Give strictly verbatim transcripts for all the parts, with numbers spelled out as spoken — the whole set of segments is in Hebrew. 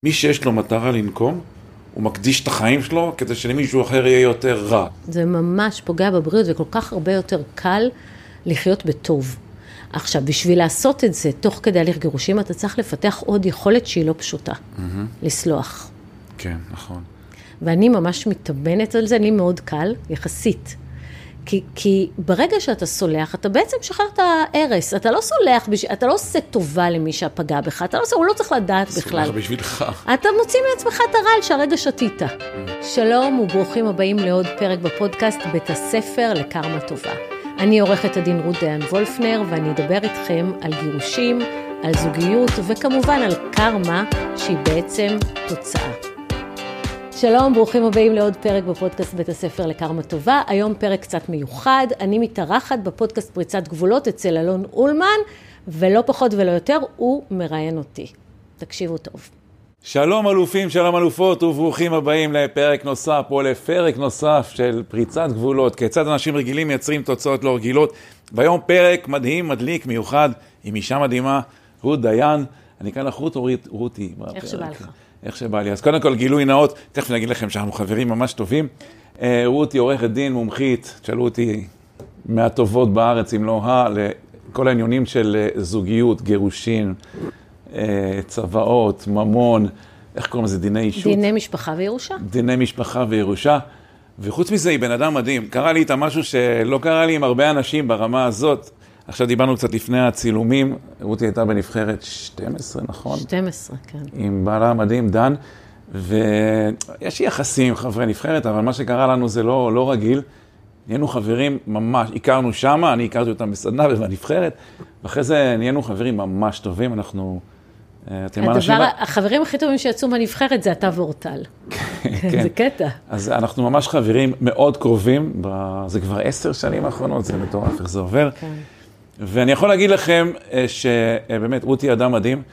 מי שיש לו מטרה לנקום, הוא מקדיש את החיים שלו כדי שלמישהו אחר יהיה יותר רע. זה ממש פוגע בבריאות וכל כך הרבה יותר קל לחיות בטוב. עכשיו, בשביל לעשות את זה תוך כדי הליך גירושים, אתה צריך לפתח עוד יכולת שהיא לא פשוטה. Mm-hmm. לסלוח. כן, נכון. ואני ממש מתאבנת על זה, אני מאוד קל, יחסית. כי, כי ברגע שאתה סולח, אתה בעצם שחרר את ההרס. אתה לא סולח, אתה לא עושה טובה למי שהפגע בך, אתה לא עושה, הוא לא צריך לדעת בכלל. סולח בשבילך. אתה מוציא מעצמך את הרעל שהרגע שתית. שלום וברוכים הבאים לעוד פרק בפודקאסט בית הספר לקרמה טובה. אני עורכת הדין רות דיין וולפנר, ואני אדבר איתכם על גירושים, על זוגיות, וכמובן על קרמה שהיא בעצם תוצאה. שלום, ברוכים הבאים לעוד פרק בפודקאסט בית הספר לקרמה טובה. היום פרק קצת מיוחד. אני מתארחת בפודקאסט פריצת גבולות אצל אלון אולמן, ולא פחות ולא יותר, הוא מראיין אותי. תקשיבו טוב. שלום אלופים, שלום אלופות, וברוכים הבאים לפרק נוסף, או לפרק נוסף של פריצת גבולות. כיצד אנשים רגילים מייצרים תוצאות לא רגילות. והיום פרק מדהים, מדליק, מיוחד, עם אישה מדהימה, רות דיין. אני כאן לך רות או רותי? איך שבא לך. איך שבא לי. אז קודם כל גילוי נאות, תכף נגיד לכם שאנחנו חברים ממש טובים. רותי עורכת דין מומחית, שאלו אותי מהטובות בארץ, אם לא ה, לכל העניונים של זוגיות, גירושין, צוואות, ממון, איך קוראים לזה? דיני אישות? דיני משפחה וירושה. דיני משפחה וירושה. וחוץ מזה היא בן אדם מדהים. קרה לי איתה משהו שלא קרה לי עם הרבה אנשים ברמה הזאת. עכשיו דיברנו קצת לפני הצילומים, רותי הייתה בנבחרת שתים עשרה, נכון? שתים עשרה, כן. עם בעלה מדהים, דן, ויש יחסים עם חברי נבחרת, אבל מה שקרה לנו זה לא, לא רגיל. נהיינו חברים ממש, הכרנו שמה, אני הכרתי אותם בסדנה ובנבחרת, ואחרי זה נהיינו חברים ממש טובים, אנחנו... הדבר, החברים הכי טובים שיצאו בנבחרת זה אתה ואורטל. זה קטע. אז אנחנו ממש חברים מאוד קרובים, זה כבר עשר שנים האחרונות, זה מטורף, איך זה עובר. ואני יכול להגיד לכם שבאמת רותי אדם מדהים,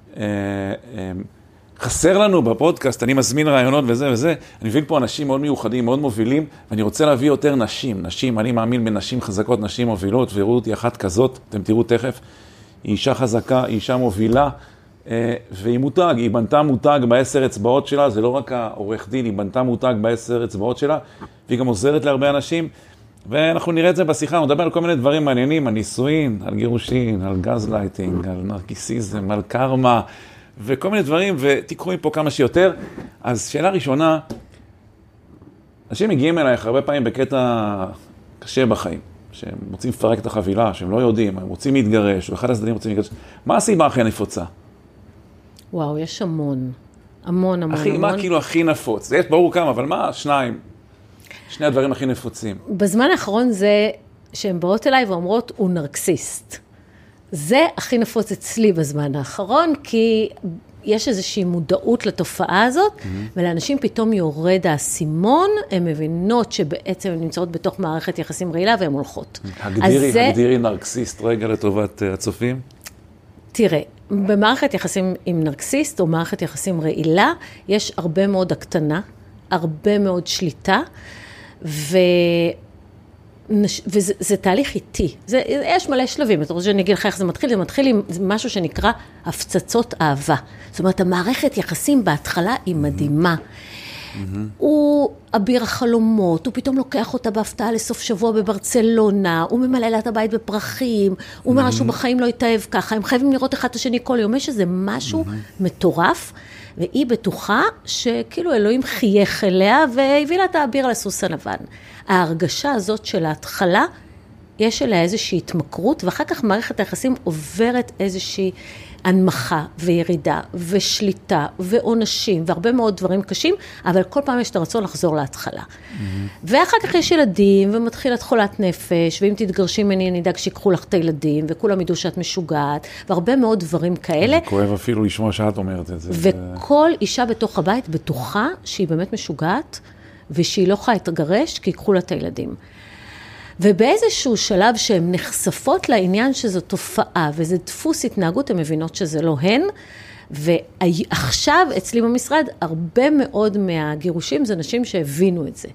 חסר לנו בפודקאסט, אני מזמין רעיונות וזה וזה, אני מבין פה אנשים מאוד מיוחדים, מאוד מובילים, ואני רוצה להביא יותר נשים, נשים, אני מאמין בנשים חזקות, נשים מובילות, ורותי אחת כזאת, אתם תראו תכף, היא אישה חזקה, היא אישה מובילה, והיא מותג, היא בנתה מותג בעשר אצבעות שלה, זה לא רק העורך דין, היא בנתה מותג בעשר אצבעות שלה, והיא גם עוזרת להרבה אנשים, ואנחנו נראה את זה בשיחה, אנחנו נדבר על כל מיני דברים מעניינים, על נישואין, על גירושין, על גזלייטינג, על נרקיסיזם, על קרמה, וכל מיני דברים, ותיקחו פה כמה שיותר. אז שאלה ראשונה, אנשים מגיעים אלייך הרבה פעמים בקטע קשה בחיים, שהם רוצים לפרק את החבילה, שהם לא יודעים, הם רוצים להתגרש, ואחד הצדדים רוצים להתגרש. מה הסיבה הכי נפוצה? וואו, יש המון, המון, המון, הכי, המון. מה כאילו הכי נפוץ? זה יש ברור כמה, אבל מה שניים? שני הדברים הכי נפוצים. בזמן האחרון זה שהן באות אליי ואומרות, הוא נרקסיסט. זה הכי נפוץ אצלי בזמן האחרון, כי יש איזושהי מודעות לתופעה הזאת, mm-hmm. ולאנשים פתאום יורד האסימון, הן מבינות שבעצם הן נמצאות בתוך מערכת יחסים רעילה, והן הולכות. הגדירי, זה... הגדירי נרקסיסט רגע לטובת הצופים? תראה, במערכת יחסים עם נרקסיסט, או מערכת יחסים רעילה, יש הרבה מאוד הקטנה, הרבה מאוד שליטה, ו... וזה זה תהליך איטי. זה, יש מלא שלבים. אתה רוצה שאני אגיד לך איך זה מתחיל? זה מתחיל עם משהו שנקרא הפצצות אהבה. זאת אומרת, המערכת יחסים בהתחלה היא מדהימה. Mm-hmm. הוא אביר החלומות, הוא פתאום לוקח אותה בהפתעה לסוף שבוע בברצלונה, הוא ממלא לה את הבית בפרחים, הוא אומר שהוא בחיים לא יתאהב ככה, הם חייבים לראות אחד את השני כל יום. יש איזה משהו mm-hmm. מטורף, והיא בטוחה שכאילו אלוהים חייך אליה, והביא לה את האביר לסוס הלבן. ההרגשה הזאת של ההתחלה, יש אליה איזושהי התמכרות, ואחר כך מערכת היחסים עוברת איזושהי הנמכה וירידה ושליטה ועונשים והרבה מאוד דברים קשים, אבל כל פעם יש את הרצון לחזור להתחלה. Mm-hmm. ואחר כך יש ילדים ומתחילת חולת נפש, ואם תתגרשים ממני אני אדאג שיקחו לך את הילדים, וכולם ידעו שאת משוגעת, והרבה מאוד דברים כאלה. זה כואב אפילו לשמוע שאת אומרת את זה. וכל אישה בתוך הבית בטוחה שהיא באמת משוגעת, ושהיא לא יכולה להתגרש כי ייקחו לה את הילדים. ובאיזשהו שלב שהן נחשפות לעניין שזו תופעה, וזה דפוס התנהגות, הן מבינות שזה לא הן, ועכשיו אצלי במשרד, הרבה מאוד מהגירושים זה נשים שהבינו את זה.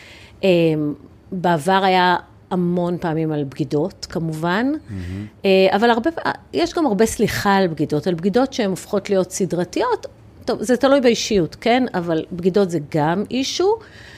בעבר היה המון פעמים על בגידות, כמובן, mm-hmm. אבל הרבה, יש גם הרבה סליחה על בגידות, על בגידות שהן הופכות להיות סדרתיות, טוב, זה תלוי באישיות, כן? אבל בגידות זה גם אישו,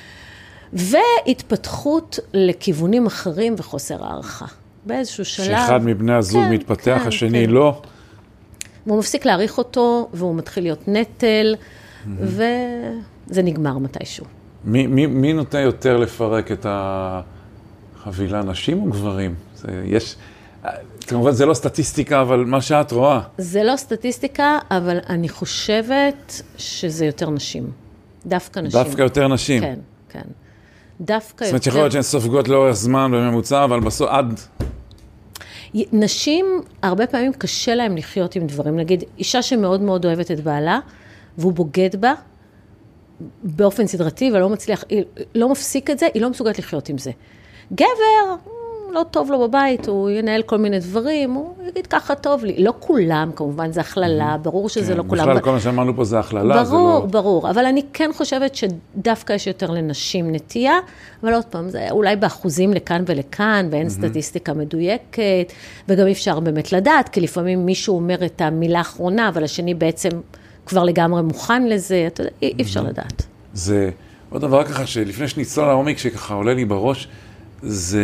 והתפתחות לכיוונים אחרים וחוסר הערכה. באיזשהו שלב... שאחד מבני הזוג כן, מתפתח, כן, השני כן. לא. והוא מפסיק להעריך אותו, והוא מתחיל להיות נטל, mm-hmm. וזה נגמר מתישהו. מי, מי, מי נוטה יותר לפרק את החבילה, נשים או גברים? זה, יש... כמובן זה לא סטטיסטיקה, אבל מה שאת רואה. זה לא סטטיסטיקה, אבל אני חושבת שזה יותר נשים. דווקא נשים. דווקא יותר נשים. כן, כן. דווקא יותר... זאת אומרת, יכול להיות שהן סופגות לאורך זמן בממוצע, אבל בסוף עד... נשים, הרבה פעמים קשה להם לחיות עם דברים. נגיד, אישה שמאוד מאוד אוהבת את בעלה, והוא בוגד בה, באופן סדרתי, ולא מצליח, לא מפסיק את זה, היא לא מסוגלת לחיות עם זה. גבר... לא טוב לו בבית, הוא ינהל כל מיני דברים, הוא יגיד ככה טוב לי. לא כולם, כמובן, זה הכללה, ברור שזה לא כולם. בכלל, כל מה שאמרנו פה זה הכללה, זה לא... ברור, ברור, אבל אני כן חושבת שדווקא יש יותר לנשים נטייה, אבל עוד פעם, זה אולי באחוזים לכאן ולכאן, ואין סטטיסטיקה מדויקת, וגם אפשר באמת לדעת, כי לפעמים מישהו אומר את המילה האחרונה, אבל השני בעצם כבר לגמרי מוכן לזה, אתה יודע, אי אפשר לדעת. זה עוד דבר ככה, שלפני שניצול העומק, שככה עולה לי בראש, זה...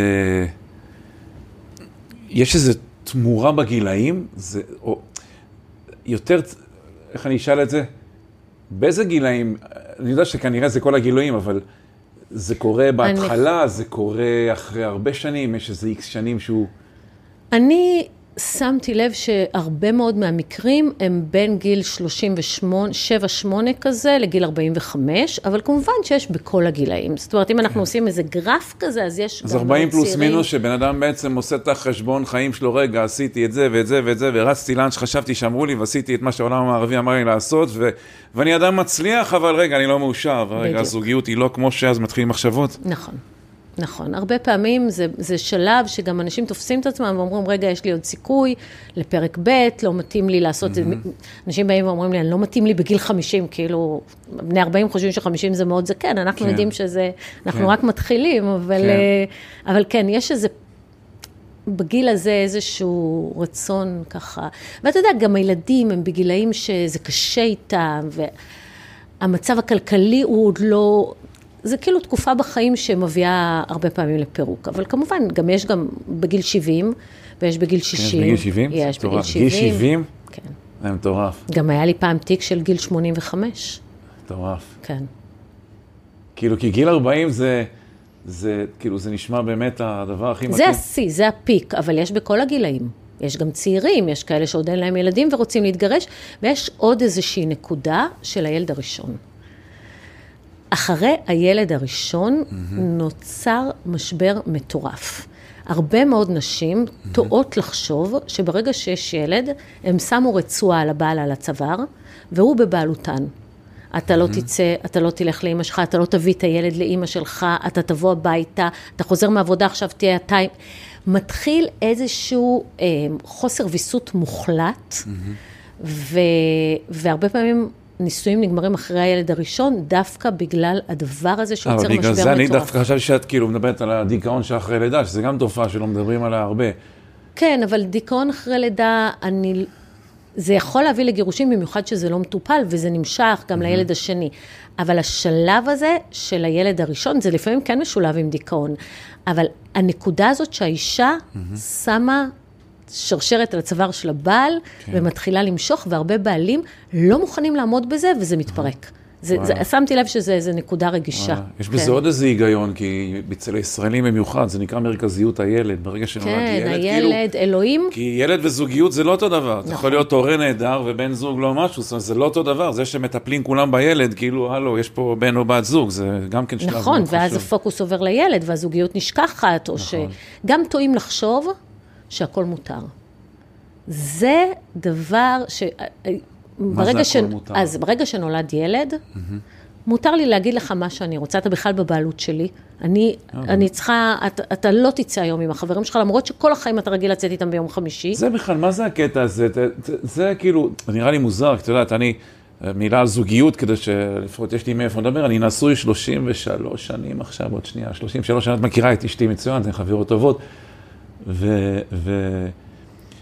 יש איזו תמורה בגילאים, זה, או יותר, איך אני אשאל את זה? באיזה גילאים? אני יודע שכנראה זה כל הגילאים, אבל זה קורה בהתחלה, אני... זה קורה אחרי הרבה שנים, יש איזה איקס שנים שהוא... אני שמתי לב שהרבה מאוד מהמקרים הם בין גיל שלושים ושמונה, שבע שמונה כזה, לגיל ארבעים וחמש, אבל כמובן שיש בכל הגילאים. זאת אומרת, אם אנחנו עושים איזה גרף כזה, אז יש... אז ארבעים פלוס מינוס, שבן אדם בעצם עושה את החשבון חיים שלו, רגע, עשיתי את זה ואת זה ואת זה, ורצתי לאן שחשבתי שאמרו לי, ועשיתי את מה שהעולם המערבי אמר לי לעשות, ו... ואני אדם מצליח, אבל רגע, אני לא מאושר, רגע, הזוגיות היא לא כמו שאז מתחילים מחשבות. נכון. נכון, הרבה פעמים זה, זה שלב שגם אנשים תופסים את עצמם ואומרים, רגע, יש לי עוד סיכוי לפרק ב', לא מתאים לי לעשות, mm-hmm. אנשים באים ואומרים לי, אני לא מתאים לי בגיל חמישים, כאילו, בני ארבעים חושבים שחמישים זה מאוד זקן, אנחנו כן. יודעים שזה, אנחנו כן. רק מתחילים, אבל כן. אבל כן, יש איזה, בגיל הזה איזשהו רצון ככה, ואתה יודע, גם הילדים הם בגילאים שזה קשה איתם, והמצב הכלכלי הוא עוד לא... זה כאילו תקופה בחיים שמביאה הרבה פעמים לפירוק, אבל כמובן, גם יש גם בגיל שבעים, ויש בגיל שישים. יש בגיל שבעים? יש בגיל שבעים. גיל שבעים? כן. זה מטורף. גם היה לי פעם תיק של גיל שמונים וחמש. מטורף. כן. כאילו, כי גיל ארבעים זה, זה, כאילו, זה נשמע באמת הדבר הכי מתאים. זה השיא, זה הפיק, אבל יש בכל הגילאים. יש גם צעירים, יש כאלה שעוד אין להם ילדים ורוצים להתגרש, ויש עוד איזושהי נקודה של הילד הראשון. אחרי הילד הראשון mm-hmm. נוצר משבר מטורף. הרבה מאוד נשים mm-hmm. טועות לחשוב שברגע שיש ילד, הם שמו רצועה על הבעל על הצוואר, והוא בבעלותן. אתה mm-hmm. לא תצא, אתה לא תלך לאמא שלך, אתה לא תביא את הילד לאמא שלך, אתה תבוא הביתה, אתה חוזר מעבודה, עכשיו תהיה אתה... מתחיל איזשהו אה, חוסר ויסות מוחלט, mm-hmm. ו... והרבה פעמים... ניסויים נגמרים אחרי הילד הראשון, דווקא בגלל הדבר הזה שיוצר משבר מטורף. אבל בגלל זה אני דווקא חשבתי שאת כאילו מדברת על הדיכאון שאחרי לידה, שזה גם תופעה שלא מדברים עליה הרבה. כן, אבל דיכאון אחרי לידה, אני... זה יכול להביא לגירושים, במיוחד שזה לא מטופל, וזה נמשך גם לילד השני. אבל השלב הזה של הילד הראשון, זה לפעמים כן משולב עם דיכאון. אבל הנקודה הזאת שהאישה שמה... שרשרת על הצוואר של הבעל, כן. ומתחילה למשוך, והרבה בעלים לא מוכנים לעמוד בזה, וזה מתפרק. זה, זה, שמתי לב שזה נקודה רגישה. יש בזה כן. עוד איזה היגיון, כי אצל הישראלים במיוחד, זה נקרא מרכזיות הילד, ברגע שנולד כן, ילד, הילד, כאילו, אלוהים. כי ילד וזוגיות זה לא אותו דבר. נכון. אתה יכול להיות הורה נהדר, ובן זוג לא משהו, זאת אומרת, זה לא אותו דבר. זה שמטפלים כולם בילד, כאילו, הלו, יש פה בן או בת זוג, זה גם כן שלב. נכון, ואז חשוב. הפוקוס עובר לילד, והזוגיות נשכחת, או נכון. שגם טועים לחשוב שהכל מותר. זה דבר ש... ברגע ש... אז ברגע שנולד ילד, mm-hmm. מותר לי להגיד לך מה שאני רוצה, אתה בכלל בבעלות שלי. אני, okay. אני צריכה, אתה, אתה לא תצא היום עם החברים שלך, למרות שכל החיים אתה רגיל לצאת איתם ביום חמישי. זה בכלל, מה זה הקטע הזה? זה, זה, זה כאילו, נראה לי מוזר, כי אתה יודעת, אני, מילה על זוגיות, כדי שלפחות יש לי מאיפה לדבר, אני נשוי שלושים ושלוש שנים עכשיו, עוד שנייה, שלושים ושלוש שנים, את מכירה את אשתי מצוין, זה חברות טובות, ו... ו...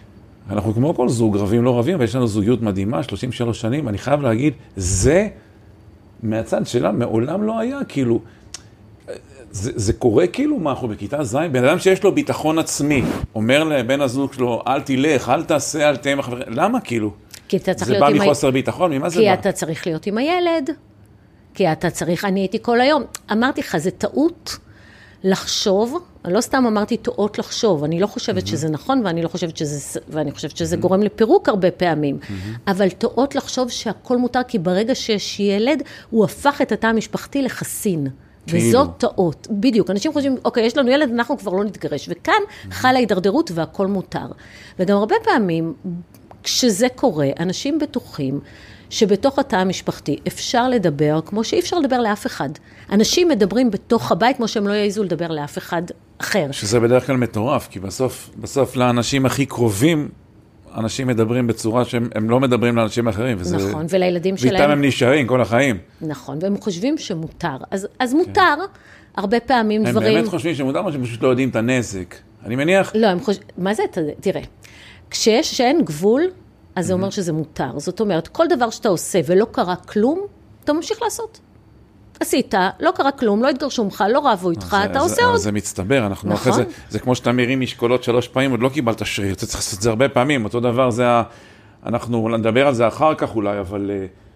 אנחנו כמו כל זוג, רבים לא רבים, ויש לנו זוגיות מדהימה, שלושים ושלוש שנים, אני חייב להגיד, זה מהצד שלה מעולם לא היה, כאילו, זה, זה קורה כאילו מה, אנחנו בכיתה זין, בן אדם שיש לו ביטחון עצמי, אומר לבן הזוג שלו, אל תלך, אל תעשה, אל תהיה מחבר, למה כאילו? כי אתה צריך זה להיות בא עם מחוסר ה... ביטחון, ממה זה כי בא? כי אתה צריך להיות עם הילד, כי אתה צריך, אני הייתי כל היום, אמרתי לך, זה טעות לחשוב, לא סתם אמרתי טעות לחשוב, אני לא חושבת mm-hmm. שזה נכון, ואני לא חושבת שזה, ואני חושבת שזה mm-hmm. גורם לפירוק הרבה פעמים, mm-hmm. אבל טעות לחשוב שהכל מותר, כי ברגע שיש ילד, הוא הפך את התא המשפחתי לחסין. וזאת טעות, בדיוק. אנשים חושבים, אוקיי, יש לנו ילד, אנחנו כבר לא נתגרש, וכאן mm-hmm. חלה הידרדרות והכל מותר. וגם הרבה פעמים, כשזה קורה, אנשים בטוחים, שבתוך התא המשפחתי אפשר לדבר כמו שאי אפשר לדבר לאף אחד. אנשים מדברים בתוך הבית כמו שהם לא יעיזו לדבר לאף אחד אחר. שזה בדרך כלל מטורף, כי בסוף, בסוף לאנשים הכי קרובים, אנשים מדברים בצורה שהם לא מדברים לאנשים אחרים. וזה... נכון, ולילדים שלהם... ואיתם הם נשארים כל החיים. נכון, והם חושבים שמותר. אז, אז מותר, כן. הרבה פעמים הם דברים... הם באמת חושבים שמותר, או שהם פשוט לא יודעים את הנזק. אני מניח... לא, הם חושבים... מה זה? תראה, כשיש שאין גבול, אז זה אומר שזה מותר. זאת אומרת, כל דבר שאתה עושה ולא קרה כלום, אתה ממשיך לעשות. עשית, לא קרה כלום, לא התגרשו ממך, לא רבו איתך, אתה עושה עוד. זה מצטבר, אנחנו אחרי זה, זה כמו שאתה מרים משקולות שלוש פעמים, עוד לא קיבלת שריר, אתה צריך לעשות את זה הרבה פעמים, אותו דבר זה, אנחנו נדבר על זה אחר כך אולי, אבל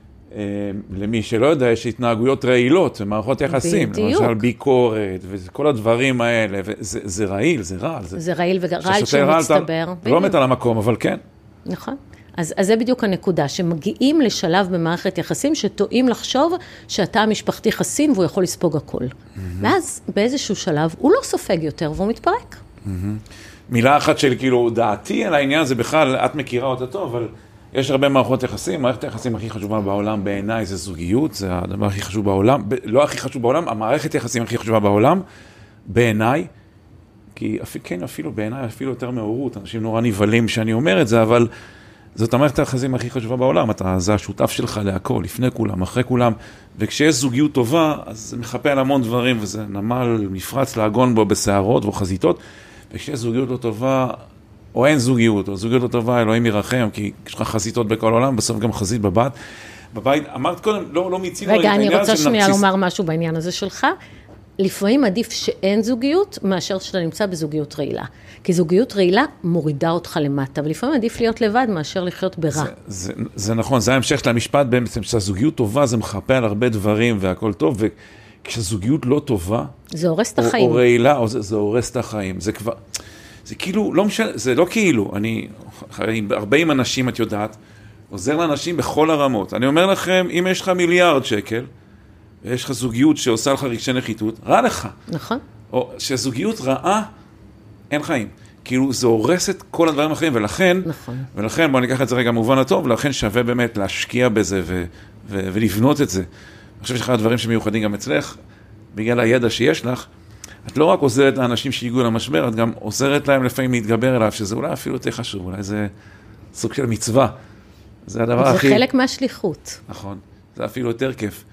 למי שלא יודע, יש התנהגויות רעילות, מערכות יחסים, למשל ביקורת, וכל הדברים האלה, זה רעיל, זה רע. זה רעיל ורעל שמצטבר. לא מת על המקום, אבל כן. נכון. אז, אז זה בדיוק הנקודה, שמגיעים לשלב במערכת יחסים, שטועים לחשוב שאתה המשפחתי חסין, והוא יכול לספוג הכל. Mm-hmm. ואז באיזשהו שלב, הוא לא סופג יותר, והוא מתפרק. Mm-hmm. מילה אחת של כאילו, דעתי על העניין הזה בכלל, את מכירה אותה טוב, אבל יש הרבה מערכות יחסים, מערכת היחסים הכי חשובה בעולם בעיניי זה זוגיות, זה הדבר הכי חשוב בעולם, לא הכי חשוב בעולם, המערכת היחסים הכי חשובה בעולם, בעיניי, כי כן, אפילו בעיניי, אפילו יותר מהורות, אנשים נורא נבלים שאני אומר את זה, אבל זאת המערכת היחסים הכי חשובה בעולם, אתה, זה השותף שלך להכל, לפני כולם, אחרי כולם, וכשיש זוגיות טובה, אז זה מחפה על המון דברים, וזה נמל מפרץ להגון בו בסערות וחזיתות, וכשיש זוגיות לא טובה, או אין זוגיות, או זוגיות לא טובה, אלוהים ירחם, כי יש לך חזיתות בכל העולם, בסוף גם חזית בבית. בבית, אמרת קודם, לא, לא מיצינו רגע, אני רוצה שנייה לומר משהו בעניין הזה שלך. לפעמים עדיף שאין זוגיות, מאשר שאתה נמצא בזוגיות רעילה. כי זוגיות רעילה מורידה אותך למטה, ולפעמים עדיף להיות לבד מאשר לחיות ברע. זה, זה, זה נכון, זה ההמשך של המשפט, בעצם שהזוגיות טובה זה מחפה על הרבה דברים והכל טוב, וכשזוגיות לא טובה, זה הורס את החיים. או רעילה, או זה, זה הורס את החיים. זה כבר, זה כאילו, לא משנה, זה לא כאילו, אני, הרבה עם אנשים, את יודעת, עוזר לאנשים בכל הרמות. אני אומר לכם, אם יש לך מיליארד שקל, ויש לך זוגיות שעושה לך רגשי נחיתות, רע לך. נכון. או שהזוגיות רעה, אין חיים. כאילו זה הורס את כל הדברים האחרים, ולכן, נכון. ולכן, בוא ניקח את זה רגע מובן הטוב, ולכן שווה באמת להשקיע בזה ו- ו- ולבנות את זה. אני חושב שאחד הדברים שמיוחדים גם אצלך, בגלל הידע שיש לך, את לא רק עוזרת לאנשים שהגיעו למשבר, את גם עוזרת להם לפעמים להתגבר אליו, שזה אולי אפילו יותר חשוב, אולי זה סוג של מצווה. זה הדבר זה הכי... זה חלק מהשליחות. נכון. זה אפילו יותר כיף.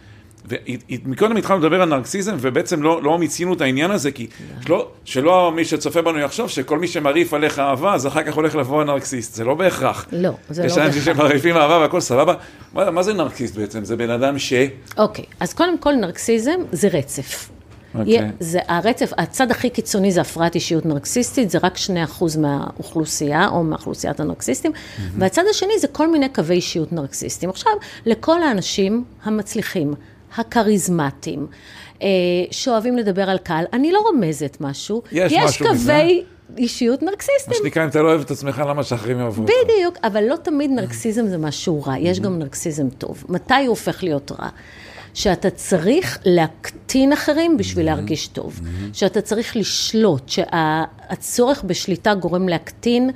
ומקודם התחלנו לדבר על נרקסיזם, ובעצם לא, לא מיצינו את העניין הזה, כי שלא, שלא מי שצופה בנו יחשוב שכל מי שמריף עליך אהבה, אז אחר כך הולך לבוא הנרקסיסט. זה לא בהכרח. לא, זה לא בהכרח. יש אנשים שמריפים אהבה והכל סבבה. מה, מה זה נרקסיסט בעצם? זה בן אדם ש... אוקיי, אז קודם כל נרקסיזם זה רצף. אוקיי. זה הרצף, הצד הכי קיצוני זה הפרעת אישיות נרקסיסטית, זה רק שני אחוז מהאוכלוסייה, או מאוכלוסיית הנרקסיסטים, והצד השני זה כל מיני קווי אישיות נרקסיסטים. עכשיו, לכל האנשים המצליחים, הקריזמטיים, שאוהבים לדבר על קהל, אני לא רומזת משהו, יש, יש משהו קווי מזה. אישיות נרקסיסטים. מה שנקרא, אם אתה לא אוהב את עצמך, למה שאחרים יאהבו אותך? בדיוק, אבל לא תמיד נרקסיזם זה משהו רע, יש גם נרקסיזם טוב. מתי הוא הופך להיות רע? שאתה צריך להקטין אחרים בשביל להרגיש טוב, שאתה צריך לשלוט, שהצורך בשליטה גורם להקטין,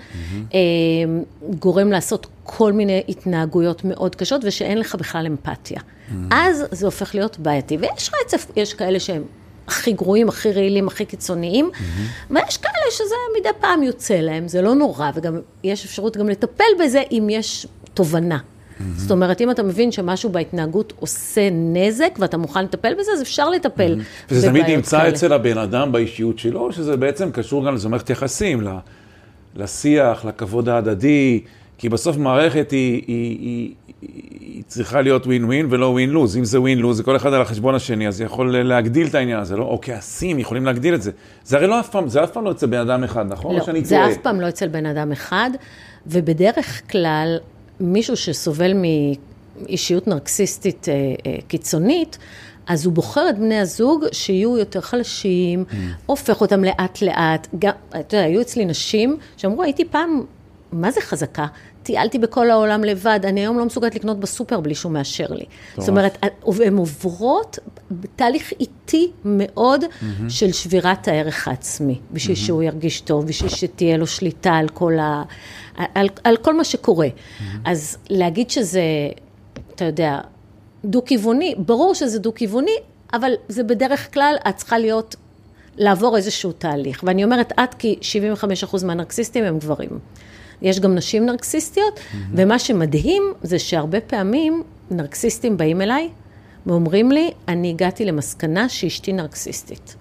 גורם לעשות כל מיני התנהגויות מאוד קשות, ושאין לך בכלל אמפתיה. אז זה הופך להיות בעייתי, ויש רצף, יש כאלה שהם הכי גרועים, הכי רעילים, הכי קיצוניים, ויש כאלה שזה מדי פעם יוצא להם, זה לא נורא, וגם יש אפשרות גם לטפל בזה אם יש תובנה. זאת אומרת, אם אתה מבין שמשהו בהתנהגות עושה נזק, ואתה מוכן לטפל בזה, אז אפשר לטפל בבעיות כאלה. וזה תמיד נמצא אצל הבן אדם באישיות שלו, שזה בעצם קשור גם לזמרת יחסים, לשיח, לכבוד ההדדי, כי בסוף מערכת היא, היא, היא, היא צריכה להיות ווין ווין ולא ווין לוז. אם זה ווין לוז, זה כל אחד על החשבון השני, אז יכול להגדיל את העניין הזה, לא? או כעסים יכולים להגדיל את זה. זה הרי לא אף פעם, זה אף פעם לא אצל בן אדם אחד, נכון? לא, זה טועה? אף פעם לא אצל בן אדם אחד, ובדרך כלל מישהו שסובל מאישיות נרקסיסטית אה, אה, קיצונית, אז הוא בוחר את בני הזוג שיהיו יותר חלשים, mm. הופך אותם לאט לאט. גם, אתה יודע, היו אצלי נשים שאמרו, הייתי פעם, מה זה חזקה? טיילתי בכל העולם לבד, אני היום לא מסוגלת לקנות בסופר בלי שהוא מאשר לי. טוב. זאת אומרת, הן עוברות בתהליך איטי מאוד mm-hmm. של שבירת הערך העצמי, בשביל mm-hmm. שהוא ירגיש טוב, בשביל שתהיה לו שליטה על כל, ה, על, על כל מה שקורה. Mm-hmm. אז להגיד שזה, אתה יודע, דו-כיווני, ברור שזה דו-כיווני, אבל זה בדרך כלל, את צריכה להיות, לעבור איזשהו תהליך. ואני אומרת, עד כי שבעים וחמישה אחוז מהנרקסיסטים הם גברים. יש גם נשים נרקסיסטיות, mm-hmm. ומה שמדהים זה שהרבה פעמים נרקסיסטים באים אליי, ואומרים לי, אני הגעתי למסקנה שאשתי נרקסיסטית.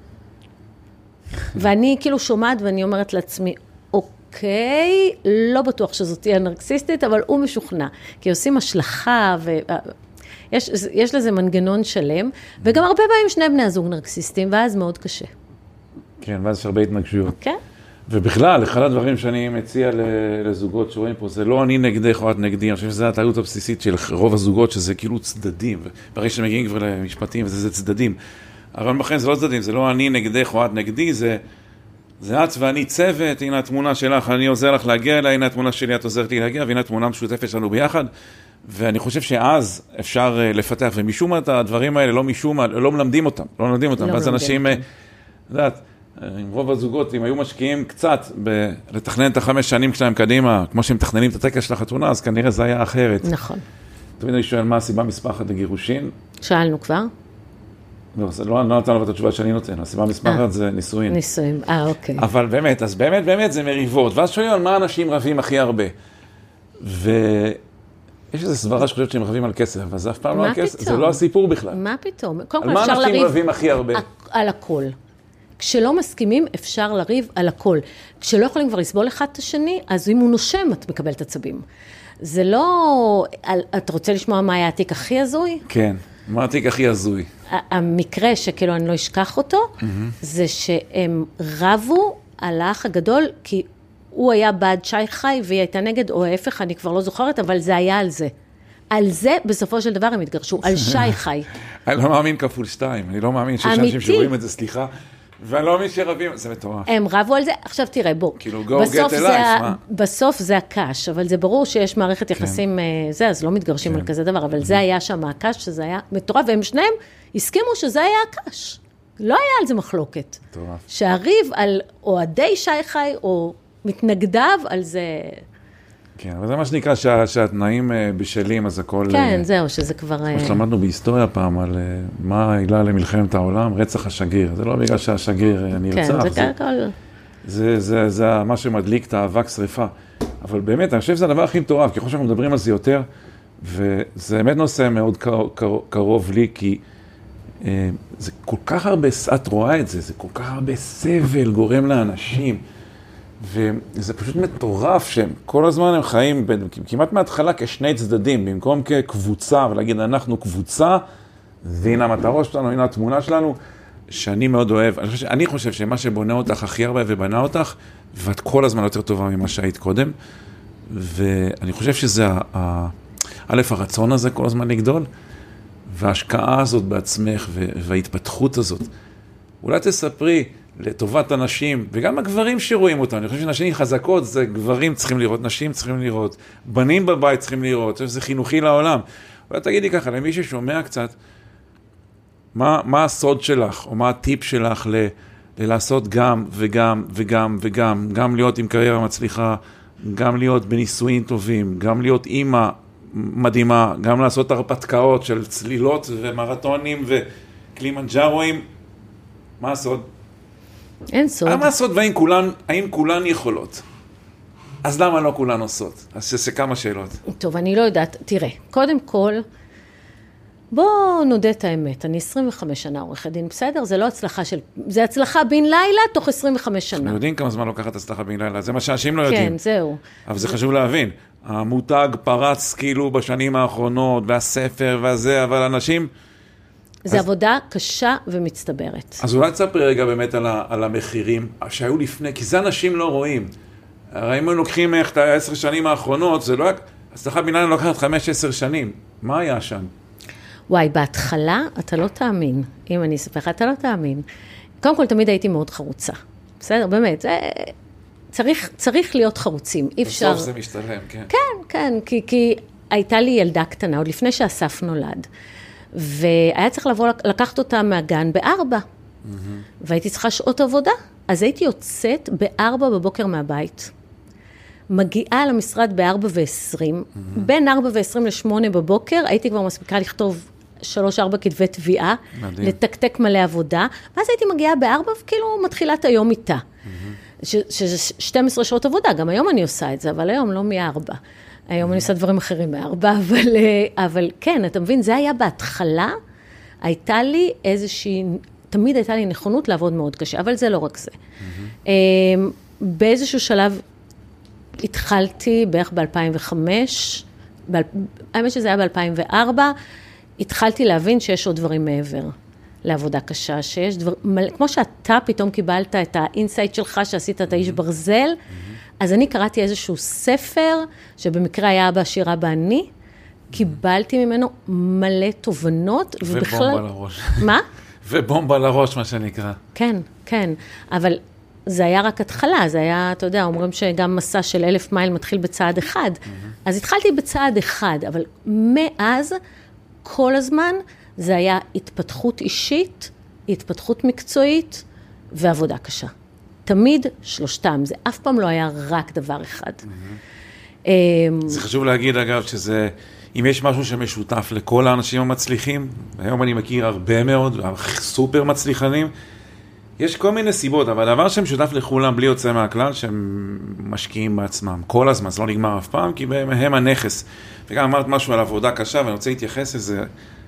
ואני כאילו שומעת ואני אומרת לעצמי, אוקיי, לא בטוח שזאת תהיה נרקסיסטית, אבל הוא משוכנע. כי עושים השלכה ו... יש, יש לזה מנגנון שלם, וגם הרבה פעמים שני בני הזוג נרקסיסטים, ואז מאוד קשה. כן, ואז יש הרבה התנגשויות. כן. ובכלל, אחד הדברים שאני מציע לזוגות שרואים פה, זה לא אני נגדך או את נגדי, אני חושב שזו הטעות הבסיסית של רוב הזוגות, שזה כאילו צדדים, וברגע שמגיעים כבר למשפטים, וזה זה צדדים. אבל בכן זה לא צדדים, זה לא אני נגדך או את נגדי, זה, זה את ואני צוות, הנה התמונה שלך, אני עוזר לך להגיע אליי, הנה התמונה שלי, את עוזרת לי להגיע, והנה התמונה משותפת שלנו ביחד. ואני חושב שאז אפשר לפתח, ומשום מה את הדברים האלה, לא משום מה, לא מלמדים אותם, לא מלמדים אותם. ואז אנשים, יודעת, עם רוב הזוגות, אם היו משקיעים קצת לתכנן את החמש שנים שלהם קדימה, כמו שהם מתכננים את הטקס של החתונה, אז כנראה זה היה אחרת. נכון. תמיד אני שואל מה הסיבה מספר אחת לגירושין. שאלנו כבר. לא, לא נתן לו את התשובה שאני נותן. הסיבה מספר אחת זה נישואין. נישואין, אה, אוקיי. אבל באמת, אז באמת, באמת זה מריבות. ואז שואלים על מה אנשים רבים הכי הרבה. ו... יש איזו סברה שחושבת שהם רבים על כסף, אבל זה אף פעם לא על כסף, זה לא הסיפור בכלל. מה פתאום? קודם כל אפשר לריב... על מה אנשים רבים הכי הרבה? על הכל. כשלא מסכימים, אפשר לריב על הכל. כשלא יכולים כבר לסבול אחד את השני, אז אם הוא נושם, את מקבלת עצבים. זה לא... את רוצה לשמוע מה היה התיק הכי הזוי? כן, מה התיק הכי הזוי? המקרה שכאילו אני לא אשכח אותו, זה שהם רבו על האח הגדול, כי... הוא היה בעד שי חי, והיא הייתה נגד, או ההפך, אני כבר לא זוכרת, אבל זה היה על זה. על זה, בסופו של דבר, הם התגרשו, על שי חי. אני לא מאמין כפול שתיים, אני לא מאמין שיש אנשים שרואים את זה, סליחה, ואני לא מאמין שרבים, זה מטורף. הם רבו על זה, עכשיו תראה, בוא. כאילו, go get a life, מה? בסוף זה הקש, אבל זה ברור שיש מערכת יחסים, זה, אז לא מתגרשים על כזה דבר, אבל זה היה שם הקש, שזה היה מטורף, והם שניהם הסכימו שזה היה הקש. לא היה על זה מחלוקת. מטורף. שהריב על אוהדי שי חי, או מתנגדיו על זה... כן, אבל זה מה שנקרא שה, שהתנאים בשלים, אז הכל... כן, זהו, שזה כבר... כמו שלמדנו בהיסטוריה פעם על מה העילה למלחמת העולם, רצח השגריר. זה לא בגלל שהשגריר נרצח. כן, זה הכל... זה, זה, זה מה שמדליק את האבק שריפה. אבל באמת, אני חושב שזה הדבר הכי מטורף, ככל שאנחנו מדברים על זה יותר, וזה באמת נושא מאוד קרוב, קרוב, קרוב לי, כי אה, זה כל כך הרבה, את רואה את זה, זה כל כך הרבה סבל גורם לאנשים, וזה פשוט מטורף שהם כל הזמן הם חיים כמעט מההתחלה כשני צדדים, במקום כקבוצה, ולהגיד אנחנו קבוצה, והנה המטרה שלנו, הנה התמונה שלנו, שאני מאוד אוהב. אני חושב, אני חושב שמה שבונה אותך הכי הרבה ובנה אותך, ואת כל הזמן יותר טובה ממה שהיית קודם, ואני חושב שזה, א', הרצון הזה כל הזמן לגדול, וההשקעה הזאת בעצמך וההתפתחות הזאת. אולי תספרי, לטובת הנשים, וגם הגברים שרואים אותם. אני חושב שנשים חזקות, זה גברים צריכים לראות, נשים צריכים לראות, בנים בבית צריכים לראות, זה חינוכי לעולם. אבל תגידי ככה, למי ששומע קצת, מה, מה הסוד שלך, או מה הטיפ שלך ל, ללעשות גם וגם וגם וגם, גם להיות עם קריירה מצליחה, גם להיות בניסויים טובים, גם להיות אימא מדהימה, גם לעשות הרפתקאות של צלילות ומרתונים וקלימנג'רואים. מה הסוד? אין סוד. מה הסוד והאם כולן, האם כולן יכולות? אז למה לא כולן עושות? אז זה כמה שאלות. טוב, אני לא יודעת. תראה, קודם כל, בוא נודה את האמת, אני עשרים וחמש שנה עורכת דין, בסדר? זה לא הצלחה של... זה הצלחה בין לילה תוך עשרים וחמש שנה. אנחנו יודעים כמה זמן לוקחת הצלחה בין לילה, זה מה שאנשים לא יודעים. כן, זהו. אבל זה חשוב להבין. המותג פרץ כאילו בשנים האחרונות, והספר והזה, אבל אנשים... זה אז... עבודה קשה ומצטברת. אז אולי תספרי רגע באמת על, ה... על המחירים שהיו לפני, כי זה אנשים לא רואים. הרי אם הם לוקחים איך את העשר שנים האחרונות, זה לא... הצלחה בין לילה לוקחת חמש עשר שנים. מה היה שם? וואי, בהתחלה אתה לא תאמין. אם אני אספר לך, אתה לא תאמין. קודם כל, תמיד הייתי מאוד חרוצה. בסדר, באמת, זה... צריך, צריך להיות חרוצים. אי אפשר... בסוף זה משתלם, כן. כן, כן, כי, כי הייתה לי ילדה קטנה, עוד לפני שאסף נולד, והיה צריך לבוא, לקחת אותה מהגן בארבע, mm-hmm. והייתי צריכה שעות עבודה, אז הייתי יוצאת בארבע בבוקר מהבית, מגיעה למשרד בארבע ועשרים, mm-hmm. בין ארבע ועשרים לשמונה בבוקר, הייתי כבר מספיקה לכתוב שלוש ארבע כתבי תביעה, מדהים. לתקתק מלא עבודה, ואז הייתי מגיעה בארבע, וכאילו מתחילת היום איתה. Mm-hmm. שזה שתים עשרה שעות עבודה, גם היום אני עושה את זה, אבל היום לא מארבע. היום אני עושה דברים אחרים מארבע, אבל, אבל כן, אתה מבין, זה היה בהתחלה, הייתה לי איזושהי, תמיד הייתה לי נכונות לעבוד מאוד קשה, אבל זה לא רק זה. Mm-hmm. באיזשהו שלב התחלתי בערך ב-אלפיים וחמש, האמת שזה היה ב-אלפיים וארבע, התחלתי להבין שיש עוד דברים מעבר לעבודה קשה, שיש דבר, כמו שאתה פתאום קיבלת את האינסייט שלך, שעשית את האיש ברזל, אז אני קראתי איזשהו ספר, שבמקרה היה אבא עשיר אבא אני, קיבלתי ממנו מלא תובנות, ובכלל... ובומבה לראש. מה? ובומבה לראש, מה שנקרא. כן, כן, אבל זה היה רק התחלה, זה היה, אתה יודע, אומרים שגם מסע של אלף מייל מתחיל בצעד אחד, אז התחלתי בצעד אחד, אבל מאז, כל הזמן, זה היה התפתחות אישית, התפתחות מקצועית ועבודה קשה. תמיד שלושתם, זה אף פעם לא היה רק דבר אחד. זה חשוב להגיד אגב שזה, אם יש משהו שמשותף לכל האנשים המצליחים, היום אני מכיר הרבה מאוד, סופר מצליחנים, יש כל מיני סיבות, אבל הדבר שמשותף לכולם בלי יוצא מהכלל, שהם משקיעים בעצמם כל הזמן, זה לא נגמר אף פעם, כי הם הנכס. וגם אמרת משהו על עבודה קשה, ואני רוצה להתייחס לזה,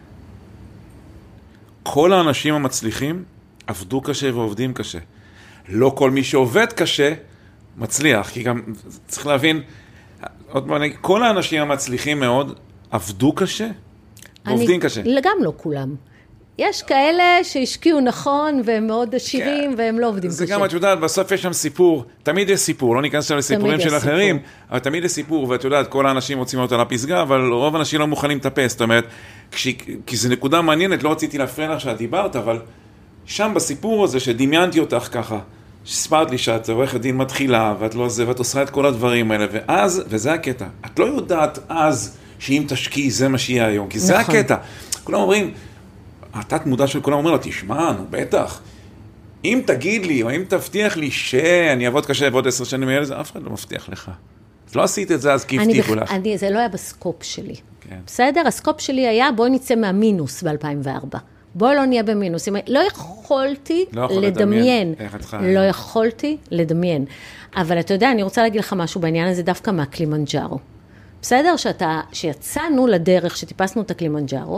כל האנשים המצליחים עבדו קשה ועובדים קשה. לא כל מי שעובד קשה מצליח, כי גם צריך להבין, עוד פעם, כל האנשים המצליחים מאוד עבדו קשה ועובדים קשה. גם לא כולם. יש כאלה שהשקיעו נכון והם מאוד עשירים כן. והם לא עובדים זה קשה. זה גם, את יודעת, בסוף יש שם סיפור, תמיד יש סיפור, לא ניכנס שם לסיפורים של אחרים, סיפור. אבל תמיד יש סיפור, ואת יודעת, כל האנשים רוצים להיות על הפסגה, אבל רוב האנשים לא מוכנים לטפס, זאת אומרת, כש, כי זו נקודה מעניינת, לא רציתי להפריע לך שאת דיברת, אבל שם בסיפור הזה שדמיינתי אותך ככה, שספרת לי שאת עורכת דין מתחילה, ואת לא זה, ואת עושה את כל הדברים האלה, ואז, וזה הקטע, את לא יודעת אז שאם תשקיעי זה מה שיהיה היום, כי זה נכון. הקטע. כולם אומרים, התת מודע של כולם אומר לו, תשמע, נו, בטח, אם תגיד לי, או אם תבטיח לי שאני אעבוד קשה ועוד עשר שנים האלה, זה אף אחד לא מבטיח לך. לא עשית את זה אז כי הבטיחו לך. אני, זה לא היה בסקופ שלי. כן. בסדר? הסקופ שלי היה, בואי נצא מהמינוס ב-אלפיים וארבע. בואי לא נהיה במינוס. לא יכולתי לא לדמיין. לא יכולתי לדמיין. אבל אתה יודע, אני רוצה להגיד לך משהו בעניין הזה, דווקא מהקלימנג'ארו. בסדר? שאתה, שיצאנו לדרך, שטיפסנו את הקלימנג'ארו,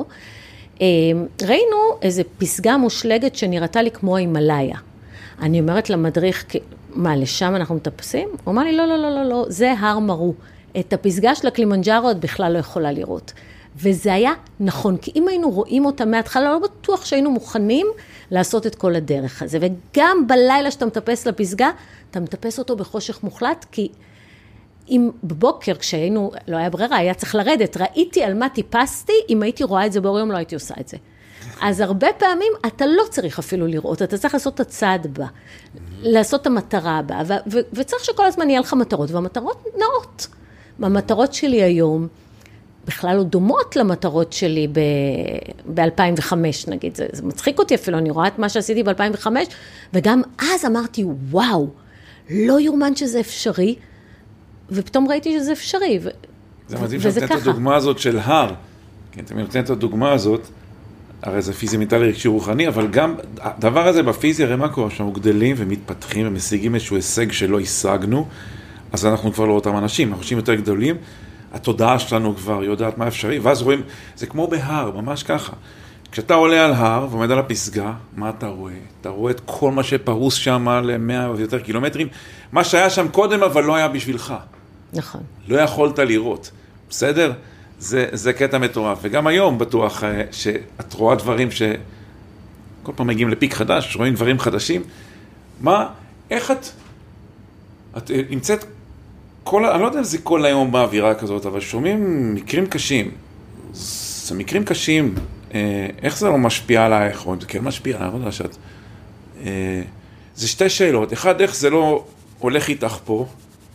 ראינו איזו פסגה מושלגת שנראתה לי כמו ההימאליה. אני אומרת למדריך, מה, לשם אנחנו מטפסים? הוא אמר לי, לא, לא, לא, לא, לא, זה הר מרו. את הפסגה של הקלימנג'ארו את בכלל לא יכולה לראות. וזה היה נכון, כי אם היינו רואים אותה מההתחלה, לא בטוח שהיינו מוכנים לעשות את כל הדרך הזה. וגם בלילה שאתה מטפס לפסגה, אתה מטפס אותו בחושך מוחלט, כי אם בבוקר כשהיינו, לא היה ברירה, היה צריך לרדת, ראיתי על מה טיפסתי, אם הייתי רואה את זה באור יום, לא הייתי עושה את זה. אז הרבה פעמים אתה לא צריך אפילו לראות, אתה צריך לעשות את הצעד הבא, לעשות את המטרה הבאה, ו- ו- וצריך שכל הזמן יהיה לך מטרות, והמטרות נאות. המטרות שלי היום, בכלל לא דומות למטרות שלי ב-אלפיים וחמש, נגיד, זה, זה מצחיק אותי אפילו, אני רואה את מה שעשיתי ב-אלפיים וחמש, וגם אז אמרתי, וואו, לא יאומן שזה אפשרי, ופתאום ראיתי שזה אפשרי, ו- זה מדהים שאתה נותן את הדוגמה הזאת של הר, כן, אתה נותן את הדוגמה הזאת, הרי זה פיזי מנטלי רגשי רוחני, אבל גם הדבר הזה בפיזי, הרי מה קורה? שאנחנו גדלים ומתפתחים ומשיגים איזשהו הישג שלא השגנו, אז אנחנו כבר לא אותם אנשים, אנחנו אנשים יותר גדולים, התודעה שלנו כבר יודעת מה אפשרי, ואז רואים, זה כמו בהר, ממש ככה. כשאתה עולה על הר ועומד על הפסגה, מה אתה רואה? אתה רואה את כל מה שפרוס שם ל-מאה ויותר קילומטרים, מה שהיה שם קודם אבל לא היה בשבילך. נכון. לא יכולת לראות, בסדר? זה, זה קטע מטורף, וגם היום בטוח שאת רואה דברים שכל פעם מגיעים לפיק חדש, רואים דברים חדשים. מה, איך את, את נמצאת כל, אני לא יודע אם זה כל היום באווירה כזאת, אבל שומעים מקרים קשים. זה מקרים קשים, איך זה לא משפיע עלייך, או זה כן משפיע, אני לא יודע שאת... זה שתי שאלות. אחד, איך זה לא הולך איתך פה,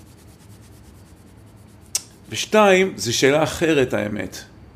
ושתיים, זו שאלה אחרת, האמת.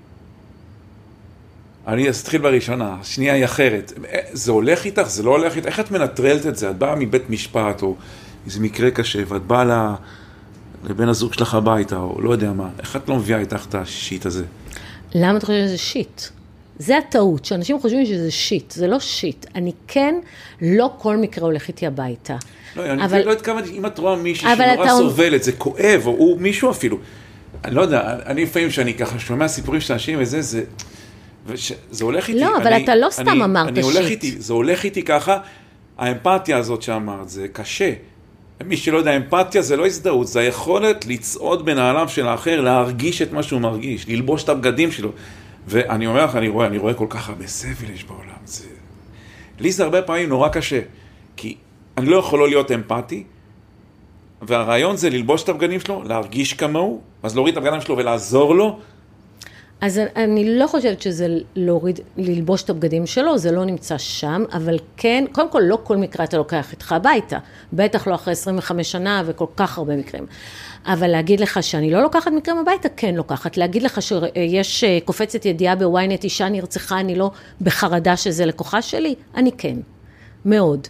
אני אתחיל בראשונה, השנייה היא אחרת. זה הולך איתך, זה לא הולך איתך, איך את מנטרלת את זה? את באה מבית משפט, או איזה מקרה קשה, ואת באה לבן הזוג שלך הביתה, או לא יודע מה. איך את לא מביאה איתך את השיט הזה? למה אתה חושב שזה שיט? זה הטעות, שאנשים חושבים שזה שיט, זה לא שיט. אני כן, לא כל מקרה הולך איתי הביתה. לא, אני אבל... לא התכוונתי, אם את רואה מישהי שנורא סובלת, זה כואב, או הוא מישהו אפילו. אני לא יודע, אני לפעמים שאני ככה שומע סיפורים של אנשים וזה, זה, זה הולך איתי. לא, אבל אני, אתה לא סתם אני, אמרת אני שיט. הולך איתי, זה הולך איתי ככה, האמפתיה הזאת שאמרת, זה קשה. מי שלא יודע, אמפתיה זה לא הזדהות, זה היכולת לצעוד בנעליו של האחר, להרגיש את מה שהוא מרגיש, ללבוש את הבגדים שלו. ואני אומר לך, אני רואה, אני רואה כל כך הרבה סבל יש בעולם. זה... לי זה הרבה פעמים נורא קשה, כי אני לא יכול לא להיות אמפתי, והרעיון זה ללבוש את הבגדים שלו, להרגיש כמוהו, אז להוריד את הבגדים שלו ולעזור לו. אז אני לא חושבת שזה להוריד, ללבוש את הבגדים שלו, זה לא נמצא שם, אבל כן, קודם כל לא כל מקרה אתה לוקח איתך הביתה, בטח לא אחרי עשרים וחמש שנה וכל כך הרבה מקרים. אבל להגיד לך שאני לא לוקחת מקרים הביתה, כן לוקחת. להגיד לך שיש קופצת ידיעה בוויינט, אישה נרצחה, אני לא בחרדה שזה לקוחה שלי, אני כן, מאוד.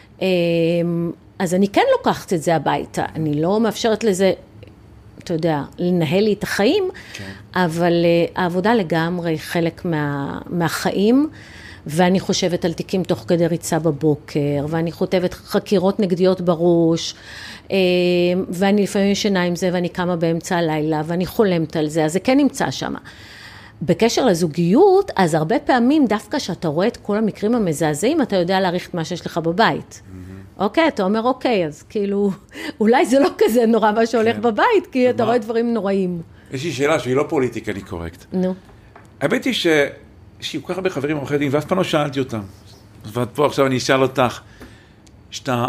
אז אני כן לוקחת את זה הביתה, אני לא מאפשרת לזה, אתה יודע, לנהל לי את החיים, כן. אבל uh, העבודה לגמרי חלק מה, מהחיים, ואני חושבת על תיקים תוך כדי ריצה בבוקר, ואני חוטבת חקירות נגדיות בראש, uh, ואני לפעמים ישנה עם זה, ואני קמה באמצע הלילה, ואני חולמת על זה, אז זה כן נמצא שם. בקשר לזוגיות, אז הרבה פעמים דווקא שאתה רואה את כל המקרים המזעזעים, אתה יודע להעריך את מה שיש לך בבית. אוקיי, אתה אומר אוקיי, אז כאילו, אולי זה לא כזה נורא מה שהולך בבית, כי אתה רואה דברים נוראים. יש לי שאלה שהיא לא פוליטיקלי קורקט. נו. האמת היא שיש לי כל כך הרבה חברים עורכי דין, ואף פעם לא שאלתי אותם. ואת פה עכשיו אני אשאל אותך, שאתה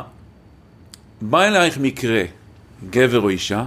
בא אלייך מקרה, גבר או אישה,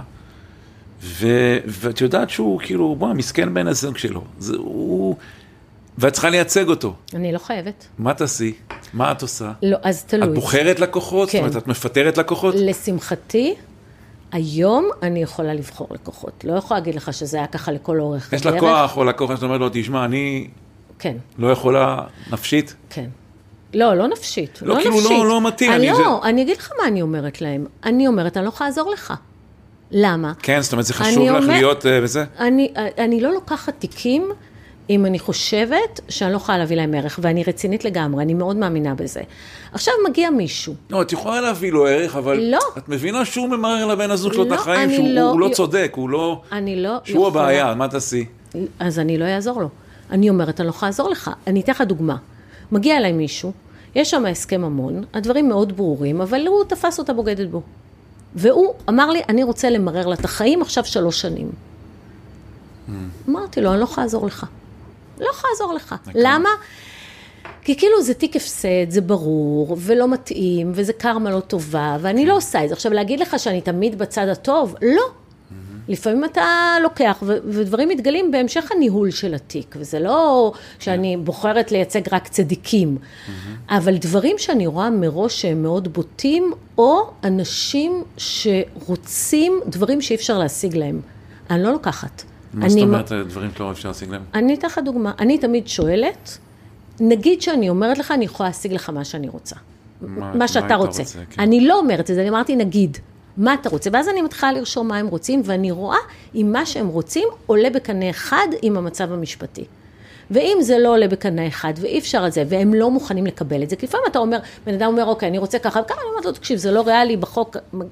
ואת יודעת שהוא כאילו, בוא, מסכן בן הזוג שלו. הוא... ואת צריכה לייצג אותו. אני לא חייבת. מה תעשי? מה את עושה? לא, אז תלוי. את בוחרת לקוחות? כן. זאת אומרת, את מפטרת לקוחות? לשמחתי, היום אני יכולה לבחור לקוחות. לא יכולה להגיד לך שזה היה ככה לכל אורך. יש לקוח או לקוח שאתה אומר לו, תשמע, אני כן. לא יכולה נפשית? כן. לא, לא נפשית. לא, לא כאילו נפשית. לא, לא מתאים. אני, אני, לא, זה... אני אגיד לך מה אני אומרת להם. אני אומרת, אני לא יכולה לעזור לך. למה? כן, זאת אומרת, זה חשוב לך אומר, להיות uh, בזה? אני, אני לא לוקחת תיקים, אם אני חושבת שאני לא יכולה להביא להם ערך, ואני רצינית לגמרי, אני מאוד מאמינה בזה. עכשיו מגיע מישהו. לא, את יכולה להביא לו ערך, אבל לא. את מבינה שהוא ממהר לבן הזוג שלו את לא, החיים, שהוא לא, הוא לא צודק, הוא לא... אני לא שהוא יכולה... הבעיה, מה תעשי? אז אני לא אעזור לו. אני אומרת, אני לא יכולה לעזור לך. אני אתן לך דוגמה. מגיע אליי מישהו, יש שם הסכם המון, הדברים מאוד ברורים, אבל הוא תפס אותה בוגדת בו. והוא אמר לי, אני רוצה למרר לה את החיים עכשיו שלוש שנים. Mm. אמרתי לו, אני לא יכולה לעזור לך. לא יכולה לעזור לך. למה? כי כאילו זה תיק הפסד, זה ברור, ולא מתאים, וזה קרמה לא טובה, ואני לא עושה את זה. עכשיו, להגיד לך שאני תמיד בצד הטוב? לא. לפעמים אתה לוקח, ודברים מתגלים בהמשך הניהול של התיק, וזה לא שאני בוחרת לייצג רק צדיקים, אבל דברים שאני רואה מראש שהם מאוד בוטים, או אנשים שרוצים דברים שאי אפשר להשיג להם. אני לא לוקחת. מה זאת אומרת דברים שלא אפשר להשיג להם? אני אתן לך דוגמה. אני תמיד שואלת, נגיד שאני אומרת לך, אני יכולה להשיג לך מה שאני רוצה. מה שאתה רוצה. אני לא אומרת את זה, אני אמרתי נגיד. מה אתה רוצה? ואז אני מתחילה לרשום מה הם רוצים, ואני רואה אם מה שהם רוצים עולה בקנה אחד עם המצב המשפטי. ואם זה לא עולה בקנה אחד, ואי אפשר על זה, והם לא מוכנים לקבל את זה, כי לפעמים אתה אומר, בן אדם אומר, אוקיי, אני רוצה ככה, וככה, אני אומרת לו, תקשיב, זה לא ריאלי בחוק,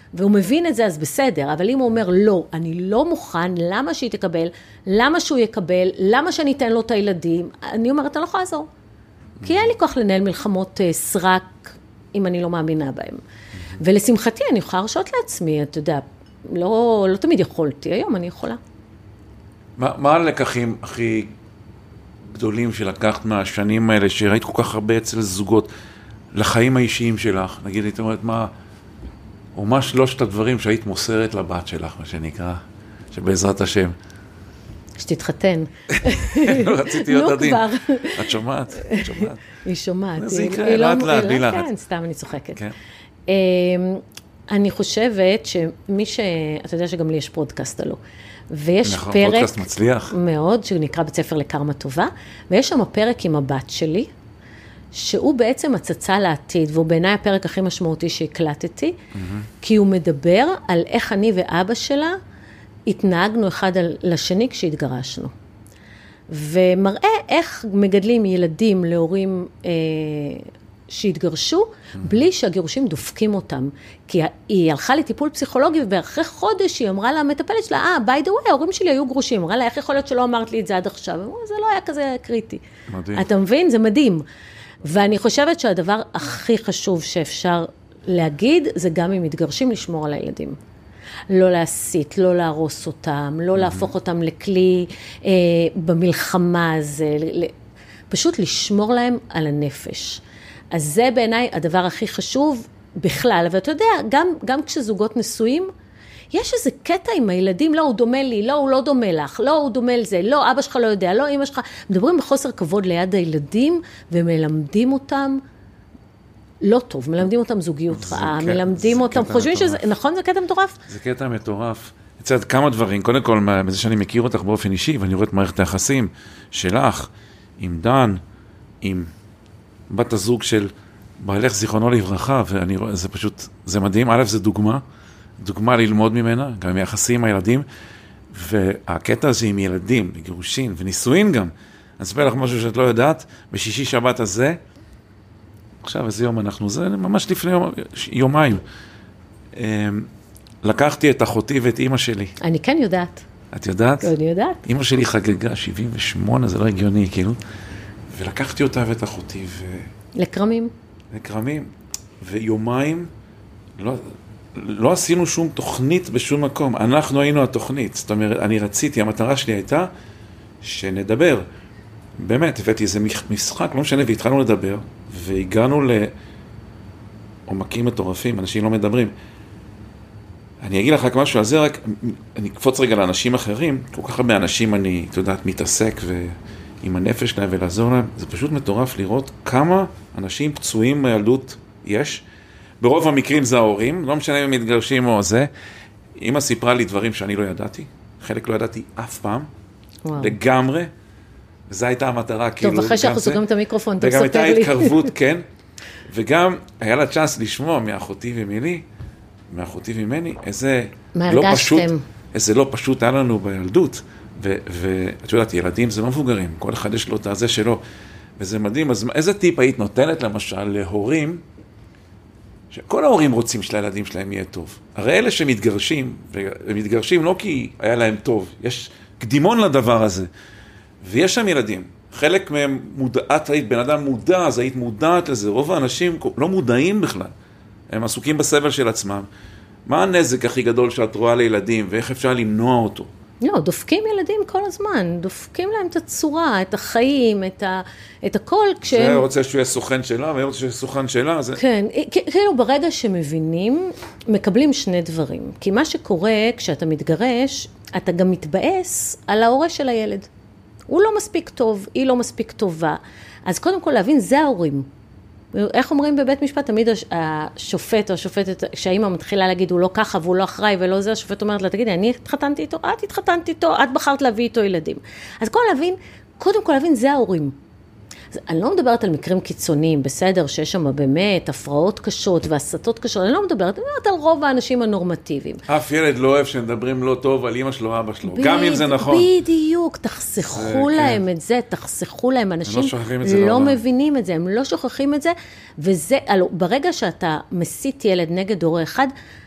והוא מבין את זה, אז בסדר, אבל אם הוא אומר, לא, אני לא מוכן, למה שהיא תקבל, למה שהוא יקבל, למה שאני אתן לו את הילדים, אני אומרת, אני לא יכולה לעזור. כי אין לי כוח לנהל מלחמות סרק, אם אני לא מאמינה בהם. ולשמחתי, אני יכולה להרשות לעצמי, אתה יודע, לא, לא תמיד יכולתי, היום אני יכולה. מה, מה הלקחים הכי גדולים שלקחת מהשנים האלה, שראית כל כך הרבה אצל זוגות, לחיים האישיים שלך? נגיד, היית אומרת, מה, או מה שלושת הדברים שהיית מוסרת לבת שלך, מה שנקרא, שבעזרת השם. שתתחתן. רציתי להיות עדין. את שומעת? את שומעת? היא שומעת. זה יקרה, לאט לאט, בלי לחץ. כן, סתם אני צוחקת. כן. אני חושבת שמי ש... אתה יודע שגם לי יש פודקאסט עלו. ויש נכון, פרק... פודקאסט מצליח. מאוד, שנקרא בית ספר לקרמה טובה, ויש שם הפרק עם הבת שלי, שהוא בעצם הצצה לעתיד, והוא בעיניי הפרק הכי משמעותי שהקלטתי, mm-hmm. כי הוא מדבר על איך אני ואבא שלה התנהגנו אחד על לשני כשהתגרשנו. ומראה איך מגדלים ילדים להורים אה, שהתגרשו, mm-hmm. בלי שהגירושים דופקים אותם. כי היא הלכה לטיפול פסיכולוגי, ואחרי חודש היא אמרה לה, המטפלת שלה, אה, by the way, ההורים שלי היו גרושים. אמרה לה, איך יכול להיות שלא אמרת לי את זה עד עכשיו? אמרו, זה לא היה כזה קריטי. מדהים. אתה מבין? זה מדהים. ואני חושבת שהדבר הכי חשוב שאפשר להגיד, זה גם אם מתגרשים לשמור על הילדים. לא להסית, לא להרוס אותם, לא להפוך אותם לכלי אה, במלחמה הזה, פשוט לשמור להם על הנפש. אז זה בעיניי הדבר הכי חשוב בכלל, ואתה יודע, גם, גם כשזוגות נשואים, יש איזה קטע עם הילדים, לא, הוא דומה לי, לא, הוא לא דומה לך, לא, הוא דומה לזה, לא, אבא שלך לא יודע, לא, אמא שלך, מדברים בחוסר כבוד ליד הילדים, ומלמדים אותם לא טוב, מלמדים אותם זוגיות רעה, מלמדים אותם, חושבים שזה, נכון, זה קטע מטורף? זה קטע מטורף. יצאת כמה דברים, קודם כל, מזה שאני מכיר אותך באופן אישי, ואני רואה את מערכת היחסים שלך, עם דן, עם בת הזוג של בעלך זיכרונו לברכה, ואני רואה, זה פשוט, זה מדהים, א', זה דוגמה, דוגמה ללמוד ממנה, גם עם יחסים עם הילדים, והקטע הזה עם ילדים, גירושין ונישואין גם, אני אספר לך משהו שאת לא יודעת, בשישי שבת הזה, עכשיו איזה יום אנחנו, זה ממש לפני יום, יומיים, לקחתי את אחותי ואת אמא שלי. אני כן יודעת. את יודעת? אני יודעת. אמא שלי חגגה שבעים ושמונה, זה לא הגיוני, כאילו, ולקחתי אותה ואת אחותי ו... לקרמים. לקרמים, ויומיים, לא... לא עשינו שום תוכנית בשום מקום, אנחנו היינו התוכנית, זאת אומרת, אני רציתי, המטרה שלי הייתה שנדבר, באמת, הבאתי איזה משחק, לא משנה, והתחלנו לדבר, והגענו לעומקים מטורפים, אנשים לא מדברים. אני אגיד לך רק משהו על זה, רק אני אקפוץ רגע לאנשים אחרים, כל כך הרבה אנשים אני, אתה יודעת, מתעסק ועם הנפש שלהם ולעזור להם, זה פשוט מטורף לראות כמה אנשים פצועים מהילדות יש, ברוב המקרים זה ההורים, לא משנה אם מתגרשים או זה. אמא סיפרה לי דברים שאני לא ידעתי, חלק לא ידעתי אף פעם, וואו. לגמרי, וזו הייתה המטרה. טוב, כאילו, אחרי שאנחנו סוגרים את המיקרופון, אתה מספר לי. וגם הייתה התקרבות, כן, וגם היה לה צ'אנס לשמוע מאחותי ומילי, מאחותי וממני, איזה לא פשוט, איזה לא פשוט היה לנו בילדות, ואת יודעת, ילדים זה לא מבוגרים, כל אחד יש לו את הזה שלו, וזה מדהים. אז איזה טיפ היית נותנת למשל להורים, שכל ההורים רוצים שלילדים שלהם יהיה טוב. הרי אלה שמתגרשים, ומתגרשים לא כי היה להם טוב, יש קדימון לדבר הזה. ויש שם ילדים. חלק מהם מודעת, היית בן אדם מודע, אז היית מודעת לזה. רוב האנשים לא מודעים בכלל. הם עסוקים בסבל של עצמם. מה הנזק הכי גדול שאת רואה לילדים, ואיך אפשר למנוע אותו? לא, דופקים ילדים כל הזמן, דופקים להם את הצורה, את החיים, את, ה, את הכל כשהם... זה רוצה שהוא יהיה סוכן שלה, והיא רוצה שהוא יהיה סוכן שלה, זה... כן, כאילו ברגע שמבינים, מקבלים שני דברים. כי מה שקורה כשאתה מתגרש, אתה גם מתבאס על ההורה של הילד. הוא לא מספיק טוב, היא לא מספיק טובה. אז קודם כל להבין, זה ההורים. איך אומרים בבית משפט? תמיד השופט או השופטת, כשהאמא מתחילה להגיד, הוא לא ככה והוא לא אחראי ולא זה, השופט אומרת לה, תגידי, אני התחתנתי איתו, את התחתנתי איתו, את בחרת להביא איתו ילדים. אז קודם להבין, קודם כל להבין, זה ההורים. אז אני לא מדברת על מקרים קיצוניים, בסדר, שיש שם באמת הפרעות קשות והסתות קשות, אני לא מדברת, אני מדברת על רוב האנשים הנורמטיביים. אף ילד לא אוהב שמדברים לא טוב על אמא שלו, אבא שלו, גם אם זה נכון. בדיוק, תחסכו להם את זה, תחסכו להם, אנשים לא מבינים את זה, הם לא שוכחים את זה, וזה, ברגע שאתה מסית ילד נגד הורה אחד,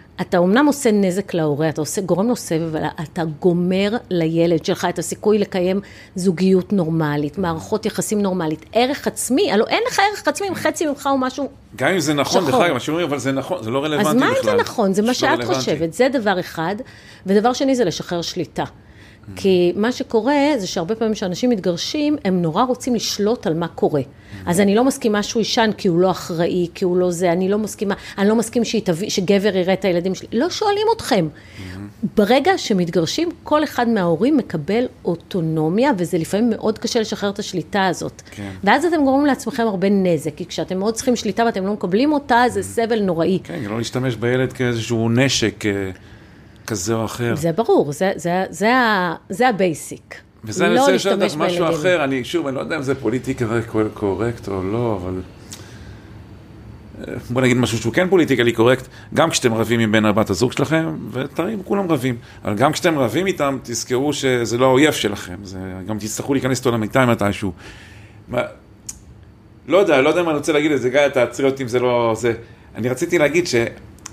אתה אומנם עושה נזק להורה, אתה עושה, גורם לו סבב, אבל אתה גומר לילד שלך את הסיכוי לקיים זוגיות נורמלית, מערכות יחסים נורמלית, ערך עצמי, הלוא אין לך ערך עצמי עם חצי ממך או משהו שחור. גם אם זה נכון, דרך אגב, שאומרים, אבל זה נכון, זה לא רלוונטי בכלל. אז מה אם זה נכון? זה מה שאת חושבת, זה דבר אחד, ודבר שני זה לשחרר שליטה. כי מה שקורה זה שהרבה פעמים שאנשים מתגרשים, הם נורא רוצים לשלוט על מה קורה. אז אני לא מסכימה שהוא ישן כי הוא לא אחראי, כי הוא לא זה, אני לא מסכימה, אני לא מסכים שגבר יראה את הילדים שלי. לא שואלים אתכם. ברגע שמתגרשים, כל אחד מההורים מקבל אוטונומיה, וזה לפעמים מאוד קשה לשחרר את השליטה הזאת. ואז אתם גורמים לעצמכם הרבה נזק, כי כשאתם מאוד צריכים שליטה ואתם לא מקבלים אותה, זה סבל נוראי. כן, לא להשתמש בילד כאיזשהו נשק כזה או אחר. זה ברור, זה, זה, זה, זה הבייסיק. וזה אני רוצה לשאול לך משהו אחר, אני שוב, אני לא יודע אם זה פוליטיקה קורקט או לא, אבל בוא נגיד משהו שהוא כן פוליטיקלי קורקט, גם כשאתם רבים עם בן הבת הזוג שלכם, ותראים, כולם רבים, אבל גם כשאתם רבים איתם, תזכרו שזה לא האויב שלכם, זה, גם תצטרכו להיכנס אותו למיטה מתישהו. מה, לא יודע, לא יודע מה אני רוצה להגיד את זה, גיא, תעצרי אותי אם זה לא זה. אני רציתי להגיד ש...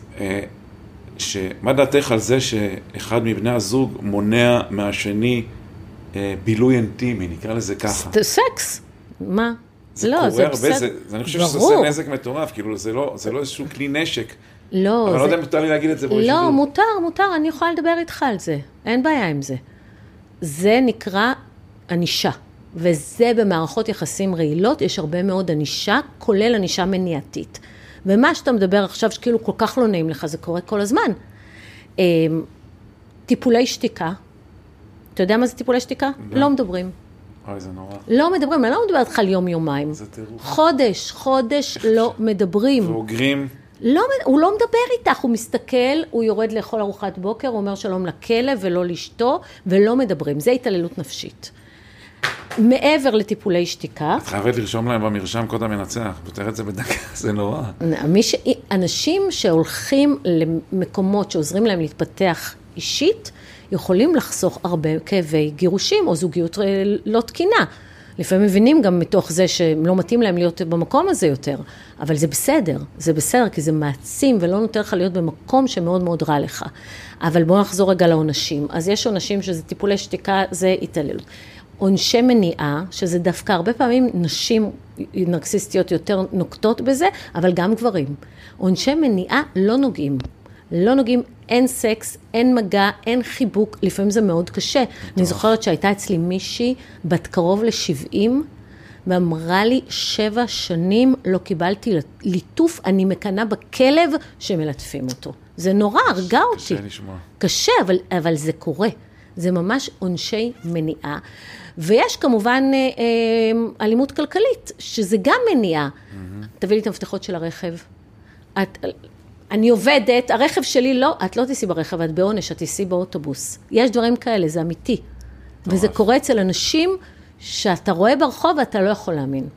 שמה דעתך על זה שאחד מבני הזוג מונע מהשני בילוי אינטימי, נקרא לזה ככה. סקס, מה? זה לא, קורה זה הרבה, בסדר. זה, זה, אני חושב שזה עושה נזק מטורף, כאילו זה לא, זה לא איזשהו כלי נשק. לא, אבל זה... לא יודע אם מותר לי להגיד את זה. לא, מותר, מותר, אני יכולה לדבר איתך על זה. אין בעיה עם זה. זה נקרא אנישה. וזה במערכות יחסים רעילות, יש הרבה מאוד אנישה, כולל אנישה מניעתית. ומה שאתה מדבר עכשיו, שכאילו כל כך לא נעים לך, זה קורה כל הזמן. טיפולי שתיקה, אתה יודע מה זה טיפולי שתיקה? לא, לא מדברים. אוי, זה נורא. לא מדברים, אני לא מדברת לך על יום-יומיים. זה טירוף. חודש, חודש לא מדברים. ואוגרים. לא, הוא לא מדבר איתך, הוא מסתכל, הוא יורד לאכול ארוחת בוקר, הוא אומר שלום לכלב ולא לאשתו, ולא מדברים. זה התעללות נפשית. מעבר לטיפולי שתיקה. את חייבת לרשום להם במרשם קוד המנצח, ותראה את זה בדקה, זה נורא. ש... אנשים שהולכים למקומות שעוזרים להם להתפתח אישית, יכולים לחסוך הרבה כאבי גירושים או זוגיות לא תקינה. לפעמים מבינים גם מתוך זה שהם לא מתאים להם להיות במקום הזה יותר, אבל זה בסדר, זה בסדר, כי זה מעצים ולא נותן לך להיות במקום שמאוד מאוד רע לך. אבל בואו נחזור רגע לעונשים. אז יש עונשים שזה טיפולי שתיקה, זה התעללות. עונשי מניעה, שזה דווקא הרבה פעמים נשים נרקסיסטיות יותר נוקטות בזה, אבל גם גברים. עונשי מניעה לא נוגעים. לא נוגעים, אין סקס, אין מגע, אין חיבוק, לפעמים זה מאוד קשה. אני זוכרת שהייתה אצלי מישהי בת קרוב ל-שבעים, ואמרה לי, שבע שנים לא קיבלתי ליטוף, אני מקנה בכלב שמלטפים אותו. זה נורא, הרגע אותי. קשה לשמוע. קשה, אבל, אבל זה קורה. זה ממש עונשי מניעה. ויש כמובן אלימות כלכלית, שזה גם מניעה. Mm-hmm. תביא לי את המפתחות של הרכב. את... אני עובדת, הרכב שלי לא, את לא תיסי ברכב, את בעונש, את תיסי באוטובוס. יש דברים כאלה, זה אמיתי. וזה קורה אצל אנשים שאתה רואה ברחוב ואתה לא יכול להאמין.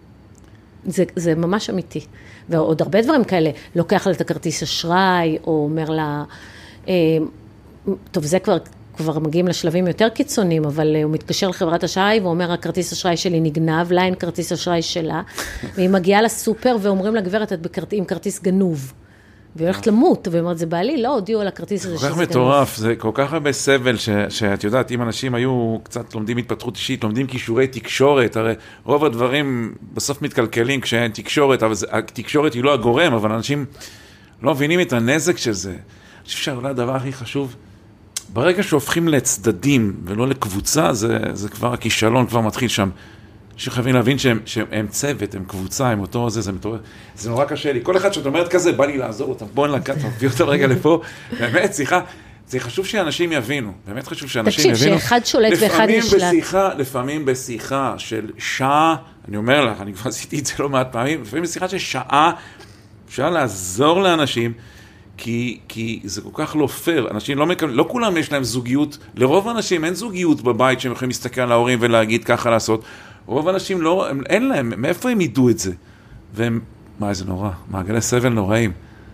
זה, זה ממש אמיתי. ועוד הרבה דברים כאלה, לוקח לה את הכרטיס אשראי, או אומר לה, אה, טוב, זה כבר, כבר מגיעים לשלבים יותר קיצוניים, אבל הוא מתקשר לחברת אשראי, ואומר, הכרטיס אשראי שלי נגנב, לה אין כרטיס אשראי שלה, והיא מגיעה לסופר, ואומרים לה, גברת, את בכרט... עם כרטיס גנוב. והיא הולכת למות, ואומרת, זה בעלי, לא הודיעו על הכרטיס הזה. זה כל כך מטורף, זה כל כך הרבה סבל, ש, שאת יודעת, אם אנשים היו קצת לומדים התפתחות אישית, לומדים כישורי תקשורת, הרי רוב הדברים בסוף מתקלקלים כשאין תקשורת, אבל זה, התקשורת היא לא הגורם, אבל אנשים לא מבינים את הנזק של זה. אני חושב שאולי הדבר הכי חשוב, ברגע שהופכים לצדדים ולא לקבוצה, זה, זה כבר הכישלון כבר מתחיל שם. שחייבים להבין שהם, שהם צוות, הם קבוצה, הם אותו זה, זה מטורף. זה נורא קשה לי. כל אחד שאת אומרת כזה, בא לי לעזור אותם, בוא נלקט, תביא אותם רגע לפה. באמת, שיחה, זה חשוב שאנשים יבינו. באמת חשוב שאנשים תקשיב, יבינו. שאחד שולט ואחד נשלט. בשיחה, לפעמים בשיחה של שעה, אני אומר לך, אני כבר עשיתי את זה לא מעט פעמים, לפעמים בשיחה של שעה, אפשר לעזור לאנשים, כי, כי זה כל כך לא פייר. אנשים לא מקבלים, לא כולם יש להם זוגיות. לרוב האנשים אין זוגיות בבית שהם יכולים להסתכל על ההורים ולהגיד ככה לעשות. רוב האנשים לא, הם, אין להם, מאיפה הם ידעו את זה? והם, מה, זה נורא, מעגלי סבל נוראים.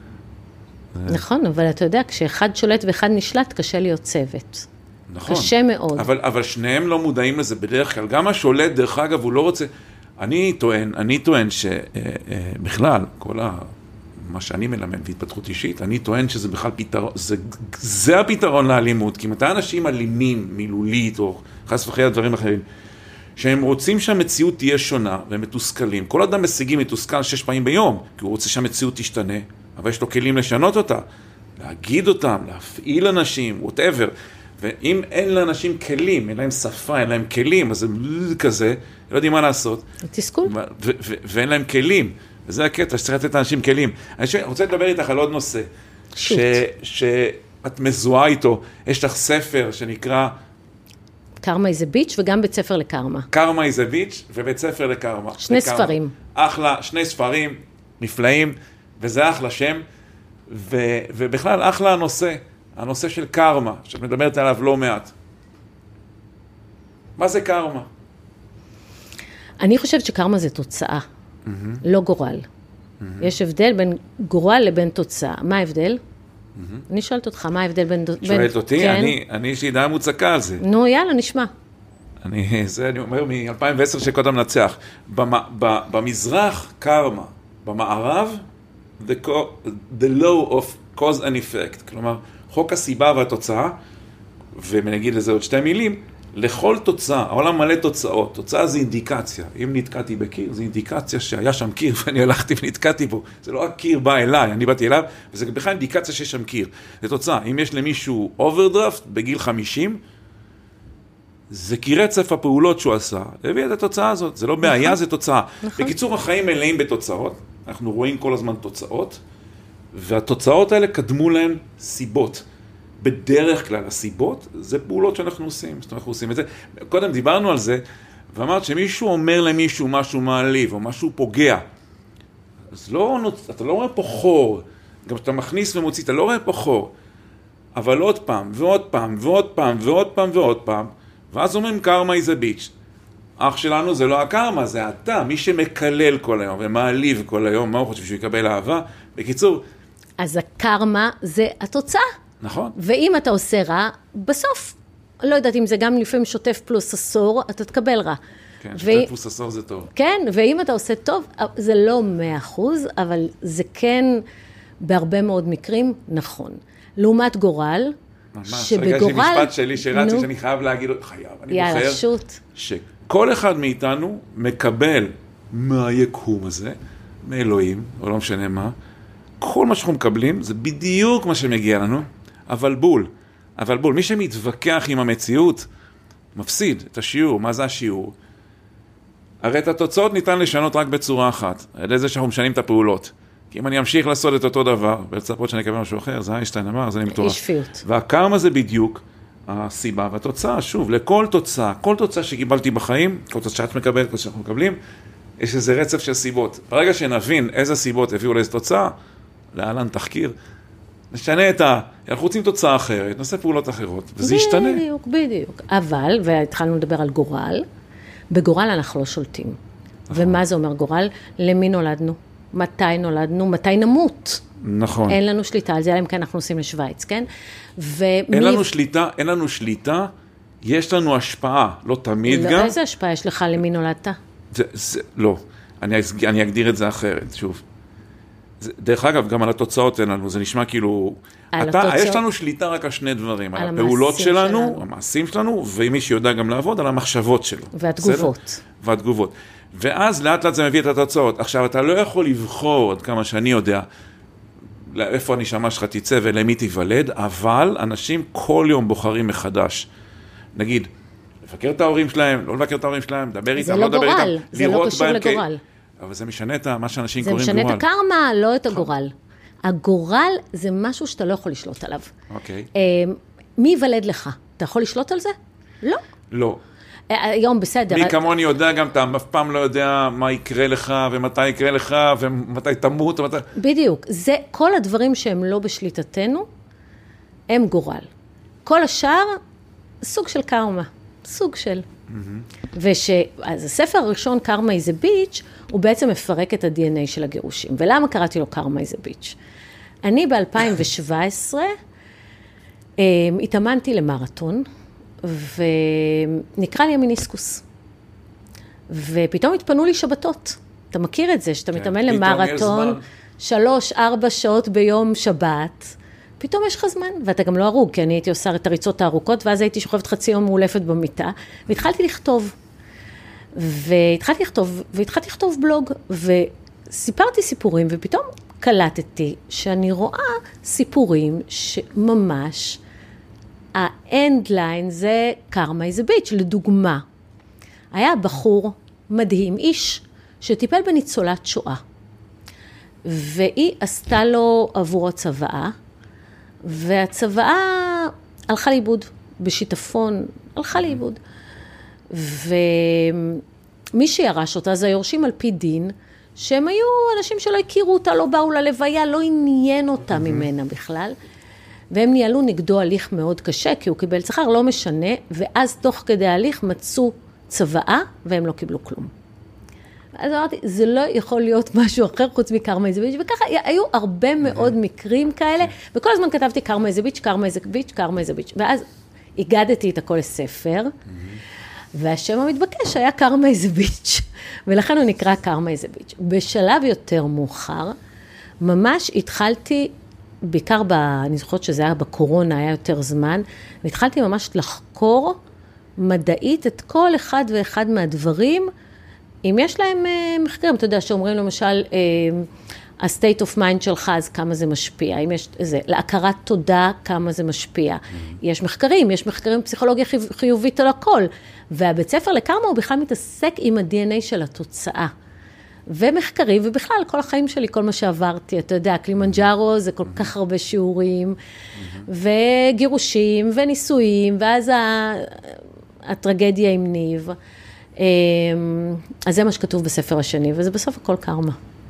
נכון, אבל אתה יודע, כשאחד שולט ואחד נשלט, קשה להיות צוות. נכון. קשה מאוד. אבל, אבל שניהם לא מודעים לזה בדרך כלל. גם השולט, דרך אגב, הוא לא רוצה... אני טוען, אני טוען שבכלל, כל מה שאני מלמד בהתפתחות אישית, אני טוען שזה בכלל פתרון, זה, זה הפתרון לאלימות, כי מתי אנשים אלימים, מילולית, או חס וחלילה דברים אחרים, שהם רוצים שהמציאות תהיה שונה, והם מתוסכלים. כל אדם משיגים מתוסכל שש פעמים ביום, כי הוא רוצה שהמציאות תשתנה, אבל יש לו כלים לשנות אותה, להגיד אותם, להפעיל אנשים, whatever. ואם אין לאנשים כלים, אין להם שפה, אין להם כלים, אז הם כזה, לא יודעים מה לעשות. תסכול. ואין להם כלים. וזה הקטע, שצריך לתת לאנשים כלים. אני רוצה לדבר איתך על עוד נושא. שוט. שאת מזוהה איתו. יש לך ספר שנקרא... קרמה איזה ביץ' וגם בית ספר לקרמה. קרמה איזה ביץ' ובית ספר לקרמה. שני לקרמה. ספרים. אחלה, שני ספרים נפלאים, וזה אחלה שם. ו, ובכלל אחלה הנושא. הנושא של קרמה, שאת מדברת עליו לא מעט. מה זה קרמה? אני חושבת שקרמה זה תוצאה, mm-hmm. לא גורל. Mm-hmm. יש הבדל בין גורל לבין תוצאה. מה ההבדל? Mm-hmm. אני שואלת אותך, מה ההבדל בין... שואלת בין... אותי? כן? אני, אני יש לי דעה מוצקה על זה. נו, יאללה, נשמע. אני, זה אני אומר מ-אלפיים ועשר שקודם נצח. במ, ב, במזרח, קרמה. במערב, the, the law of cause and effect. כלומר, חוק הסיבה והתוצאה, ונגיד לזה עוד שתי מילים, לכל תוצאה, העולם מלא תוצאות, תוצאה זה אינדיקציה, אם נתקעתי בקיר, זה אינדיקציה שהיה שם קיר, ואני הלכתי ונתקעתי בו, זה לא הקיר בא אליי, אני באתי אליו, וזה בכלל אינדיקציה שיש שם קיר, זה תוצאה, אם יש למישהו אוברדרפט בגיל חמישים, זה כי רצף הפעולות שהוא עשה, הביא את התוצאה הזאת, זה לא בעיה, זה תוצאה. בקיצור, החיים מלאים בתוצאות, אנחנו רואים כל הזמן תוצאות, והתוצאות האלה קדמו להן סיבות. בדרך כלל הסיבות זה פעולות שאנחנו עושים. זאת אומרת, אנחנו עושים את זה. קודם דיברנו על זה, ואמרת שמישהו אומר למישהו משהו מעליב, או משהו פוגע. אז לא, אתה לא רואה פה חור. גם כשאתה מכניס ומוציא, אתה לא רואה פה חור. אבל עוד פעם, ועוד פעם, ועוד פעם, ועוד פעם, ועוד פעם. ואז אומרים, קרמה is a bitch. אח שלנו זה לא הקרמה, זה אתה. מי שמקלל כל היום ומעליב כל היום, מה הוא חושב שהוא יקבל אהבה? בקיצור... אז הקרמה זה התוצאה. נכון. ואם אתה עושה רע, בסוף, לא יודעת אם זה גם לפעמים שוטף פלוס עשור, אתה תקבל רע. כן, שוטף ו... פלוס עשור זה טוב. כן, ואם אתה עושה טוב, זה לא מאה אחוז, אבל זה כן בהרבה מאוד מקרים נכון. לעומת גורל, ממש, שבגורל... רגע, יש לי משפט שלי שרצתי נו... שאני חייב להגיד, חייב, אני יאללה, בוחר, שוט. שכל אחד מאיתנו מקבל מהיקום הזה, מאלוהים, או לא משנה מה, כל מה שאנחנו מקבלים, זה בדיוק מה שמגיע לנו, אבל בול, אבל בול. מי שמתווכח עם המציאות, מפסיד את השיעור. מה זה השיעור? הרי את התוצאות ניתן לשנות רק בצורה אחת, על ידי זה שאנחנו משנים את הפעולות. כי אם אני אמשיך לעשות את אותו דבר, ולצפות שאני אקבל משהו אחר, זה איינשטיין אמר, זה נמתוח. אי שפיות. והקרמה זה בדיוק הסיבה והתוצאה. שוב, לכל תוצאה, כל תוצאה שקיבלתי בחיים, כל תוצאה שאת מקבלת, כל שאנחנו מקבלים, יש איזה רצף של סיבות. ברגע שנבין איזה סיבות הביאו לאיזו תוצאה, להלן תחקיר, נשנה את ה... אנחנו רוצים תוצאה אחרת, נעשה פעולות אחרות, וזה ישתנה. בדיוק, בדיוק. אבל, והתחלנו לדבר על גורל, בגורל אנחנו לא שולטים. ומה זה אומר גורל? למי נולדנו? מתי נולדנו? מתי נמות? נכון. אין לנו שליטה על זה, אלא אם כן אנחנו נוסעים לשוויץ, כן? אין לנו שליטה, אין לנו שליטה, יש לנו השפעה, לא תמיד גם. איזה השפעה יש לך למי נולדת? לא, אני אגדיר את זה אחרת, שוב. דרך אגב, גם על התוצאות אין לנו, זה נשמע כאילו... אתה, יש לנו שליטה רק על שני דברים, על, על הפעולות שלנו, שלנו, המעשים שלנו, ומי שיודע גם לעבוד, על המחשבות שלו. והתגובות. בסדר? והתגובות. ואז לאט לאט זה מביא את התוצאות. עכשיו, אתה לא יכול לבחור, עד כמה שאני יודע, איפה הנשמה שלך תצא ולמי תיוולד, אבל אנשים כל יום בוחרים מחדש. נגיד, לבקר את ההורים שלהם, לא לבקר את ההורים שלהם, דבר איתם, לא דבר איתם. זה לא קשור לגורל. אבל זה משנה את מה שאנשים קוראים גורל. זה משנה את הקרמה, לא את הגורל. הגורל זה משהו שאתה לא יכול לשלוט עליו. אוקיי. מי ייוולד לך? אתה יכול לשלוט על זה? לא. לא. היום בסדר. מי כמוני יודע גם, אתה אף פעם לא יודע מה יקרה לך, ומתי יקרה לך, ומתי תמות, ומתי... בדיוק. זה כל הדברים שהם לא בשליטתנו, הם גורל. כל השאר, סוג של קרמה. סוג של... וש... אז הספר הראשון, קרמה is a bitch, הוא בעצם מפרק את ה-די אן איי של הגירושים. ולמה קראתי לו קרמה is a bitch? אני ב-אלפיים שבע עשרה התאמנתי למרתון, ונקרא לי המיניסקוס. ופתאום התפנו לי שבתות. אתה מכיר את זה, שאתה מתאמן למרתון, שלוש, ארבע שעות ביום שבת, פתאום יש לך זמן, ואתה גם לא הרוג, כי אני הייתי עושה את הריצות הארוכות, ואז הייתי שוכבת חצי יום מעולפת במיטה, והתחלתי לכתוב. והתחלתי לכתוב, והתחלתי לכתוב בלוג, וסיפרתי סיפורים, ופתאום קלטתי שאני רואה סיפורים שממש, האנד ליין זה קרמה איזה ביץ', לדוגמה. היה בחור מדהים, איש, שטיפל בניצולת שואה, והיא עשתה לו עבור הצוואה, והצוואה הלכה לאיבוד, בשיטפון, הלכה לאיבוד. ומי שירש אותה, זה היורשים על פי דין, שהם היו אנשים שלא הכירו אותה, לא באו ללוויה, לא עניין אותה ממנה בכלל, והם ניהלו נגדו הליך מאוד קשה, כי הוא קיבל שכר, לא משנה, ואז תוך כדי ההליך מצאו צוואה, והם לא קיבלו כלום. אז אמרתי, זה לא יכול להיות משהו אחר חוץ מקרמה איזה ביץ', וככה היו הרבה מאוד מקרים כאלה, וכל הזמן כתבתי קרמה איזה ביץ', קרמה איזה ביץ', קרמה איזה ביץ', ואז הגדתי את הכל לספר, והשם המתבקש היה קרמה איזה ביץ', ולכן הוא נקרא קרמה איזה ביץ'. בשלב יותר מאוחר, ממש התחלתי, בעיקר, ב, אני זוכרת שזה היה בקורונה, היה יותר זמן, והתחלתי ממש לחקור מדעית את כל אחד ואחד מהדברים, אם יש להם מחקרים, אתה יודע, שאומרים למשל, ה-state of mind שלך, אז כמה זה משפיע, אם יש איזה, להכרת תודה, כמה זה משפיע. יש מחקרים, יש מחקרים פסיכולוגיה חיובית על הכל, והבית ספר לקרמה הוא בכלל מתעסק עם ה-די אן איי של התוצאה. ומחקרים, ובכלל, כל החיים שלי, כל מה שעברתי, אתה יודע, קלימנג'ארו זה כל כך הרבה שיעורים, וגירושים, וניסויים, ואז הטרגדיה עם ניב. אז זה מה שכתוב בספר השני, וזה בסוף הכל קרמה.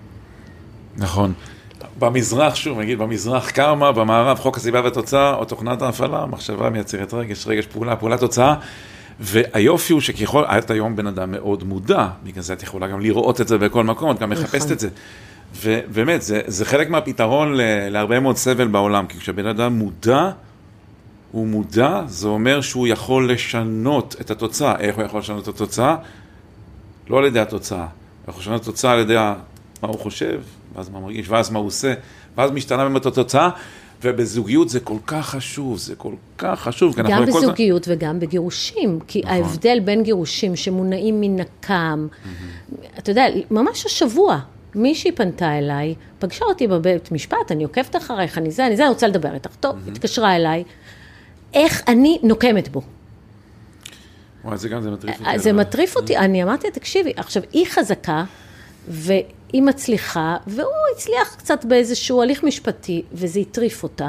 נכון. במזרח, שוב, נגיד, במזרח קרמה, במערב, חוק הסיבה והתוצאה, או תוכנת ההפעלה, מחשבה מייצרת רגש, רגש פעולה, פעולה תוצאה, והיופי הוא שככל, היית היום בן אדם מאוד מודע, בגלל זה את יכולה גם לראות את זה בכל מקום, את גם מחפשת את זה. ובאמת, זה, זה חלק מהפתרון להרבה מאוד סבל בעולם, כי כשבן אדם מודע, הוא מודע, זה אומר שהוא יכול לשנות את התוצאה. איך הוא יכול לשנות את התוצאה? לא על ידי התוצאה. הוא יכול לשנות את התוצאה על ידי מה הוא חושב, ואז מה מרגיש, ואז מה הוא עושה, ואז משתנה באמת התוצאה, ובזוגיות זה כל כך חשוב, זה כל כך חשוב. גם בזוגיות כל... וגם בגירושים, כי נכון. ההבדל בין גירושים שמונעים מנקם, mm-hmm. אתה יודע, ממש השבוע, מישהי פנתה אליי, פגשה אותי בבית משפט, אני עוקבת אחריך, אני זה, אני זה, אני רוצה לדבר איתך. טוב, mm-hmm. התקשרה אליי, איך אני נוקמת בו. וואי, זה גם, זה מטריף אותי. זה מטריף אותי, אני אמרתי, תקשיבי, עכשיו, היא חזקה, והיא מצליחה, והוא הצליח קצת באיזשהו הליך משפטי, וזה יטריף אותה.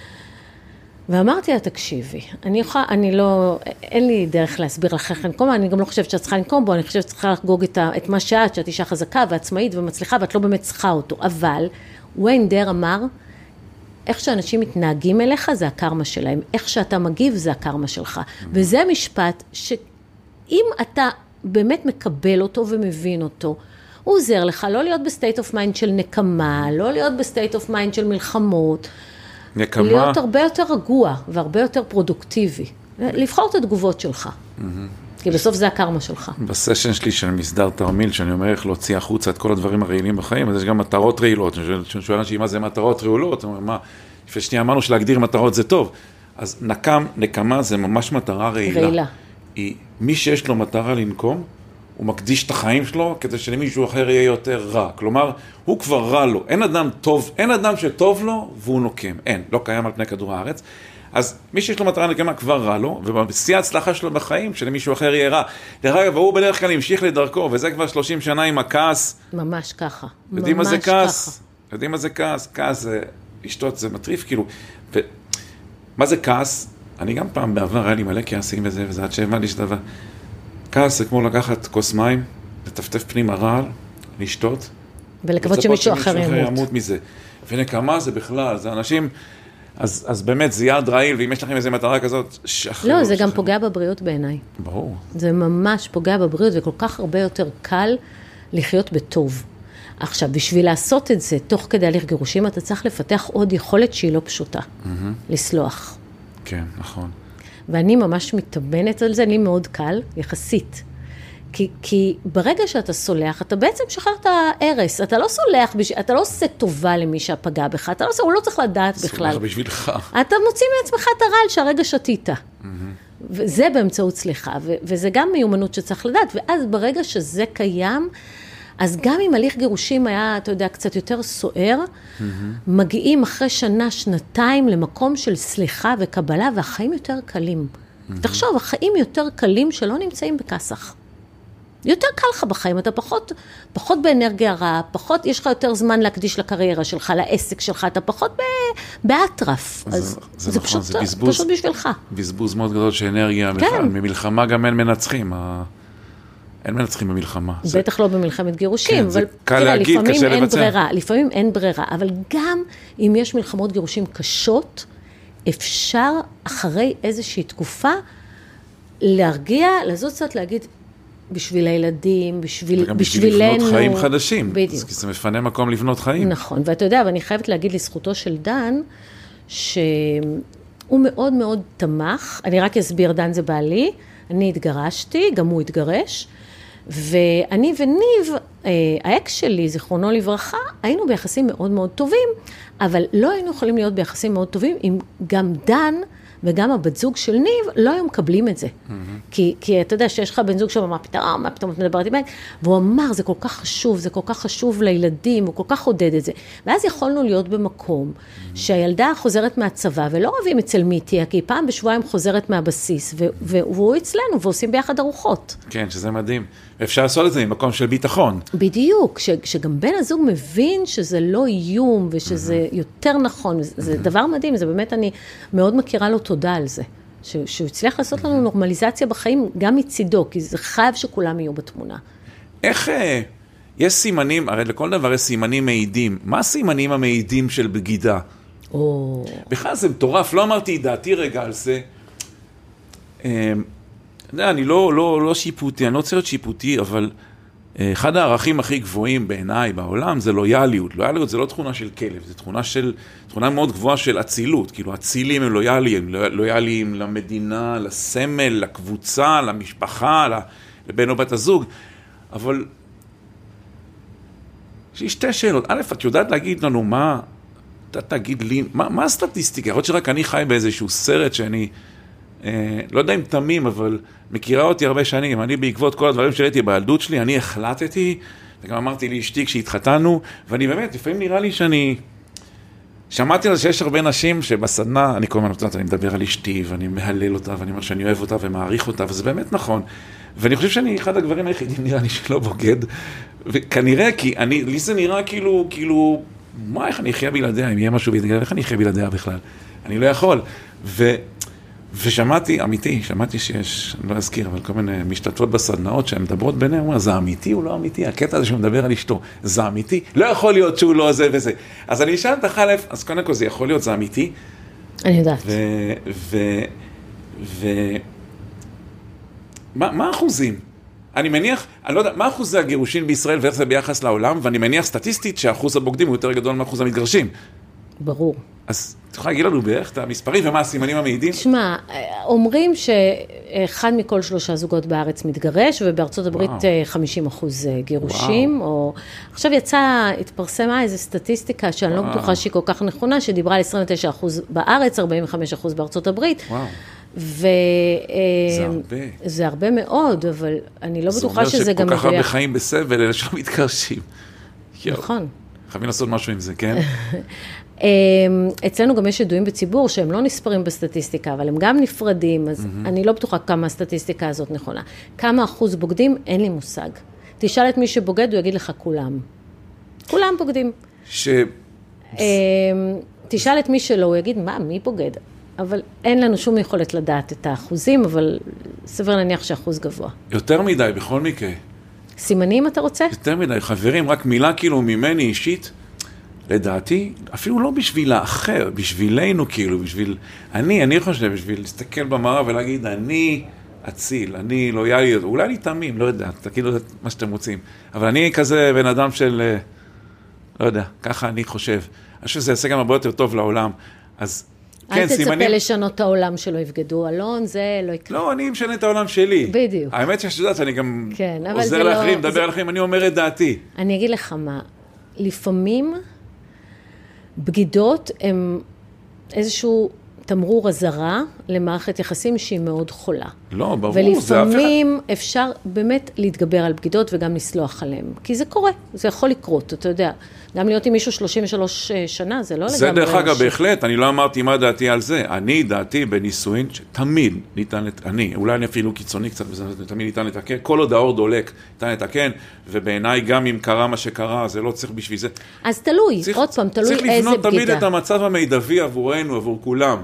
ואמרתי לה, תקשיבי, אני יכולה, אני לא, אין לי דרך להסביר לך איך לנקום, אני גם לא חושבת שאת צריכה לנקום בו, אני חושבת שאת צריכה לחגוג את, את מה שאת, שאת אישה חזקה ועצמאית ומצליחה, ואת לא באמת צריכה אותו. אבל, ויין דר אמר, איך שאנשים מתנהגים אליך, זה הקרמה שלהם. איך שאתה מגיב, זה הקרמה שלך. וזה משפט שאם אתה באמת מקבל אותו ומבין אותו, הוא עוזר לך לא להיות בסטייט אוף מיינד של נקמה, לא להיות בסטייט אוף מיינד של מלחמות, נקמה. להיות הרבה יותר רגוע והרבה יותר פרודוקטיבי. לבחור את התגובות שלך. כי בסוף זה הקרמה שלך. בסשן שלי של מסדר תרמיל, שאני אומר איך להוציא החוצה את כל הדברים הרעילים בחיים, אז יש גם מטרות רעילות. אני שואל אנשים מה זה מטרות רעילות, אני אומר, מה, לפני שנייה אמרנו שלהגדיר מטרות זה טוב. אז נקם, נקמה זה ממש מטרה רעילה. רעילה. היא, מי שיש לו מטרה לנקום, הוא מקדיש את החיים שלו כדי שלמישהו אחר יהיה יותר רע. כלומר, הוא כבר רע לו. אין אדם טוב, אין אדם שטוב לו והוא נוקם. אין, לא קיים על פני כדור הארץ. אז מי שיש לו מטרה נקמה כבר רע לו, ובשיא ההצלחה שלו בחיים, שלמישהו אחר יהיה רע. דרך אגב, והוא בדרך כלל המשיך לדרכו, וזה כבר שלושים שנה עם הכעס. ממש ככה. יודעים מה זה כעס? יודעים מה זה כעס? כעס זה, לשתות זה מטריף, כאילו. ו... מה זה כעס? אני גם פעם בעבר היה לי מלא כעסים וזה, וזה עד שהבנתי שדבר. כעס זה כמו לקחת כוס מים, לטפטף פנים הרעל, לשתות. ולקוות שמישהו אחר ימות. ימות מזה. ונקמה זה בכלל, זה אנשים... אז, אז באמת, זה יעד רעיל, ואם יש לכם איזו מטרה כזאת, שחררו. לא, זה גם פוגע בבריאות בעיניי. ברור. זה ממש פוגע בבריאות, וכל כך הרבה יותר קל לחיות בטוב. עכשיו, בשביל לעשות את זה, תוך כדי הליך גירושים, אתה צריך לפתח עוד יכולת שהיא לא פשוטה. Mm-hmm. לסלוח. כן, נכון. ואני ממש מתאבנת על זה, אני מאוד קל, יחסית. כי, כי ברגע שאתה סולח, אתה בעצם שחרר את ההרס. אתה לא סולח, אתה לא עושה טובה למי שהפגע בך, אתה לא עושה, הוא לא צריך לדעת בכלל. סולח בשבילך. אתה מוציא מעצמך את הרעל שהרגע שתית. Mm-hmm. וזה באמצעות סליחה, ו- וזה גם מיומנות שצריך לדעת. ואז ברגע שזה קיים, אז גם אם הליך גירושים היה, אתה יודע, קצת יותר סוער, mm-hmm. מגיעים אחרי שנה, שנתיים, למקום של סליחה וקבלה, והחיים יותר קלים. Mm-hmm. תחשוב, החיים יותר קלים שלא נמצאים בכסח. יותר קל לך בחיים, אתה פחות, פחות באנרגיה רעה, פחות, יש לך יותר זמן להקדיש לקריירה שלך, לעסק שלך, אתה פחות באטרף. זה, אז זה, זה, נכון, פשוט, זה בזבוז, פשוט בשבילך. בזבוז מאוד גדול של אנרגיה, כן. בכלל, ממלחמה גם אין מנצחים, אין מנצחים במלחמה. בטח זה... לא במלחמת גירושים, כן, אבל קל תראה, להגיד, לפעמים אין לבצע. ברירה, לפעמים אין ברירה, אבל גם אם יש מלחמות גירושים קשות, אפשר אחרי איזושהי תקופה להרגיע, לזאת קצת להגיד, בשביל הילדים, בשביל, וגם בשביל בשבילנו. לבנות חיים חדשים. בדיוק. כי זה מפנה מקום לבנות חיים. נכון, ואתה יודע, ואני חייבת להגיד לזכותו של דן, שהוא מאוד מאוד תמך, אני רק אסביר, דן זה בעלי, אני התגרשתי, גם הוא התגרש, ואני וניב, האקס שלי, זיכרונו לברכה, היינו ביחסים מאוד מאוד טובים, אבל לא היינו יכולים להיות ביחסים מאוד טובים, אם גם דן וגם הבת זוג של ניב לא היו מקבלים את זה. Mm-hmm. כי, כי אתה יודע שיש לך בן זוג שאומר, מה פתאום, מה פתאום את מדברת עם בן? והוא אמר, זה כל כך חשוב, זה כל כך חשוב לילדים, הוא כל כך עודד את זה. ואז יכולנו להיות במקום mm-hmm. שהילדה חוזרת מהצבא, ולא אוהבים אצל מיטיה, כי פעם בשבועיים חוזרת מהבסיס, ו- והוא אצלנו, ועושים ביחד ארוחות. כן, שזה מדהים. ואפשר לעשות את זה ממקום של ביטחון. בדיוק, ש- שגם בן הזוג מבין שזה לא איום, ושזה mm-hmm. יותר נכון, זה mm-hmm. דבר מדהים, זה באמת אני מאוד מכירה לו תודה על זה, ש- שהוא הצליח לעשות לנו נורמליזציה בחיים גם מצידו, כי זה חייב שכולם יהיו בתמונה. איך, אה, יש סימנים, הרי לכל דבר יש סימנים מעידים, מה הסימנים המעידים של בגידה? או... בכלל זה מטורף, לא אמרתי דעתי רגע על זה, אה, אני לא, לא, לא שיפוטי, אני לא רוצה להיות שיפוטי, אבל אחד הערכים הכי גבוהים בעיניי בעולם זה לויאליות. לויאליות זה לא תכונה של כלב, זה תכונה של, תכונה מאוד גבוהה של אצילות. כאילו, אצילים הם לויאליים, לויאליים למדינה, לסמל, לקבוצה, למשפחה, לבן או בת הזוג. אבל יש לי שתי שאלות. א', את יודעת להגיד לנו מה, אתה תגיד לי, מה, מה הסטטיסטיקה? יכול להיות שרק אני חי באיזשהו סרט שאני, אה, לא יודע אם תמים, אבל מכירה אותי הרבה שנים. אני בעקבות כל הדברים שראיתי בילדות שלי, אני החלטתי, וגם אמרתי לי אשתי כשהתחתנו, ואני באמת, לפעמים נראה לי שאני, שמעתי על זה שיש הרבה נשים שבסדנה, אני כל הזמן נותנת, אני מדבר על אשתי, ואני מהלל אותה, ואני אומר שאני אוהב אותה ומעריך אותה, וזה באמת נכון. ואני חושב שאני אחד הגברים היחידים נראה לי שלא בוגד, וכנראה, כי אני, לי זה נראה כאילו, כאילו, מה, איך אני אחיה בלעדיה, אם יהיה משהו בלעדיה, איך אני אחיה בלעדיה בכלל? אני לא יכול. ו... ושמעתי, אמיתי, שמעתי שיש, אני לא אזכיר, אבל כל מיני משתתפות בסדנאות שהן מדברות ביניהם, אומר, זה אמיתי או לא אמיתי? הקטע הזה שמדבר על אשתו, זה אמיתי? לא יכול להיות שהוא לא זה וזה. אז אני אשאל אותך א', אז קודם כל זה יכול להיות, זה אמיתי? אני יודעת. ו... ו... ו... מה, מה האחוזים? אני מניח, אני לא יודע, מה אחוזי הגירושין בישראל ואיך זה ביחס לעולם, ואני מניח סטטיסטית שהאחוז הבוגדים הוא יותר גדול מאחוז המתגרשים. ברור. אז אתה יכול להגיד לנו בערך את המספרים ומה הסימנים המעידים? תשמע, אומרים שאחד מכל שלושה זוגות בארץ מתגרש, ובארצות הברית חמישים אחוז גירושים, או... עכשיו יצא, התפרסמה איזו סטטיסטיקה שאני לא בטוחה שהיא כל כך נכונה, שדיברה על עשרים ותשעה אחוז בארץ, ארבעים וחמישה אחוז בארצות הברית. וואו. ו... זה הרבה. זה הרבה מאוד, אבל אני לא בטוחה שזה גם מדויק. זה אומר שכל כך הרבה חיים בסבל, אלה שם מתגרשים. נכון. חייבים לעשות משהו עם זה, כן? אצלנו גם יש ידועים בציבור שהם לא נספרים בסטטיסטיקה, אבל הם גם נפרדים, אז אני לא בטוחה כמה הסטטיסטיקה הזאת נכונה. כמה אחוז בוגדים? אין לי מושג. תשאל את מי שבוגד, הוא יגיד לך כולם. כולם בוגדים. ש... תשאל את מי שלא, הוא יגיד, מה, מי בוגד? אבל אין לנו שום יכולת לדעת את האחוזים, אבל סביר להניח שאחוז גבוה. יותר מדי, בכל מקרה. סימנים אתה רוצה? יותר מדי, חברים, רק מילה כאילו ממני אישית, לדעתי, אפילו לא בשביל האחר, בשבילנו כאילו, בשביל... אני, אני חושב, בשביל להסתכל במראה ולהגיד, אני אציל, אני לויאלי, אולי אני תמים, לא יודע, תגידו את מה שאתם רוצים. אבל אני כזה בן אדם של... לא יודע, ככה אני חושב. אני חושב שזה יעשה גם הרבה יותר טוב לעולם. אז אל תצפה לשנות את העולם שלא יבגדו, אלון, זה לא יקרה. לא, אני משנה את העולם שלי. בדיוק. האמת שיש יודעת, אני גם עוזר לאחרים, מדבר לאחרים, אני אומר את דעתי. אני אגיד לך מה, לפעמים בגידות הם איזשהו תמרור הזרה למערכת יחסים שהיא מאוד חולה. לא, ברור. ולפעמים אפשר באמת להתגבר על בגידות וגם לסלוח עליהם. כי זה קורה, זה יכול לקרות, אתה יודע. גם להיות עם מישהו שלושים ושלוש שנה, זה לא לגמרי... זה דרך אגב, בהחלט, אני לא אמרתי מה דעתי על זה. אני דעתי בנישואין שתמיד ניתן לתקן, אני, אולי אני אפילו קיצוני קצת, תמיד ניתן לתקן, כל עוד האור דולק, ניתן לתקן, ובעיניי גם אם קרה מה שקרה, זה לא צריך בשביל זה. אז תלוי, צריך, עוד פעם, תלוי איזה בגידה. צריך לבנות תמיד את המצב המידבי עבורנו, עבור כולם.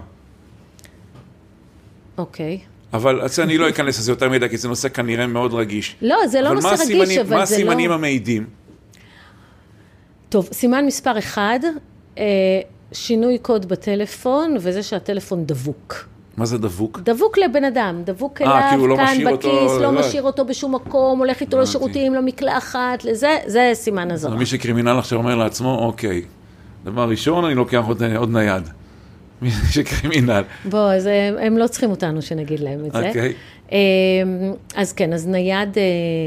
אוקיי. אבל אני לא אכנס לזה יותר מידע, כי זה נושא כנראה מאוד רגיש. לא, זה לא נושא רגיש, אבל זה לא... מה הסימנים המעידים? טוב, סימן מספר אחד, שינוי קוד בטלפון, וזה שהטלפון דבוק. מה זה דבוק? דבוק לבן אדם, דבוק אליו, כאן בכיס, לא משאיר אותו בשום מקום, הולך איתו לשירותים, למקלחת, לזה, זה סימן הזרה. מי שקרימינל עכשיו אומר לעצמו, אוקיי, דבר ראשון, אני לוקח עוד נייד. מי שקרימינל. בוא, אז הם לא צריכים אותנו שנגיד להם את זה. אוקיי. אז כן, אז נייד,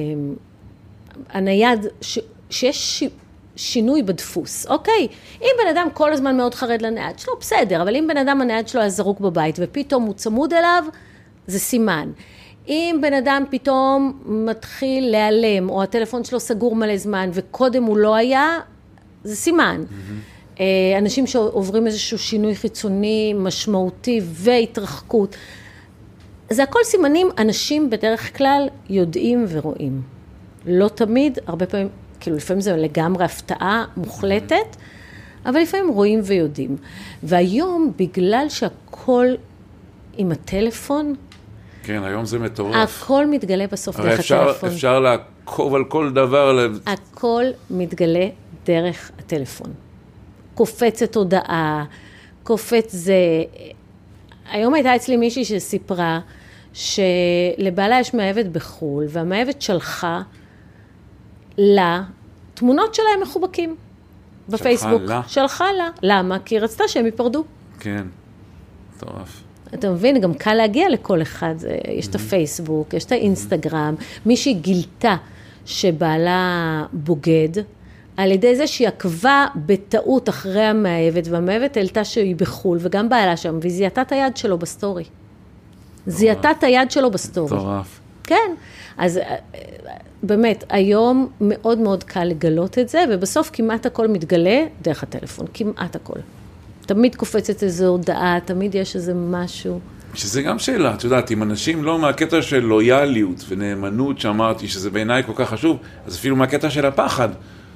הנייד, שיש שינוי בדפוס, אוקיי? אם בן אדם כל הזמן מאוד חרד לנייד שלו, בסדר, אבל אם בן אדם הנייד שלו היה זרוק בבית, ופתאום הוא צמוד אליו, זה סימן. אם בן אדם פתאום מתחיל להיעלם, או הטלפון שלו סגור מלא זמן, וקודם הוא לא היה, זה סימן. Mm-hmm. אנשים שעוברים איזשהו שינוי חיצוני, משמעותי והתרחקות, זה הכל סימנים, אנשים בדרך כלל יודעים ורואים. לא תמיד, הרבה פעמים, כאילו לפעמים זה לגמרי הפתעה מוחלטת, אבל לפעמים רואים ויודעים. והיום, בגלל שהכל עם הטלפון, כן, היום זה מטורף. הכל מתגלה בסוף דרך אפשר, הטלפון. אפשר לעקוב על כל דבר. הכל מתגלה דרך הטלפון. קופצת הודעה, קופץ זה. היום הייתה אצלי מישהי שסיפרה, שלבעלה יש מאהבת בחול, והמאהבת שלחה לה תמונות שלהם מחובקים בפייסבוק. שלחה לה? שלחה לה. למה? כי היא רצתה שהם ייפרדו. כן, טוב. אתה מבין, גם קל להגיע לכל אחד. יש את הפייסבוק, יש את האינסטגרם. מישהי גילתה שבעלה בוגד, על ידי זה שהיא עקבה בטעות אחרי המאהבת, והמאהבת העלתה שהיא בחול, וגם בעלה שם, והיא זיהתה את היד שלו בסטורי. זיהתה את היד שלו בסטורי. טורף. כן, אז באמת, היום מאוד מאוד קל לגלות את זה, ובסוף כמעט הכל מתגלה דרך הטלפון, כמעט הכל. תמיד קופצת איזו הודעה, תמיד יש איזה משהו. שזה גם שאלה, את יודעת, אם אנשים לא מהקטע של לויאליות ונאמנות, שאמרתי שזה בעיניי כל כך חשוב, אז אפילו מהקטע של הפחד.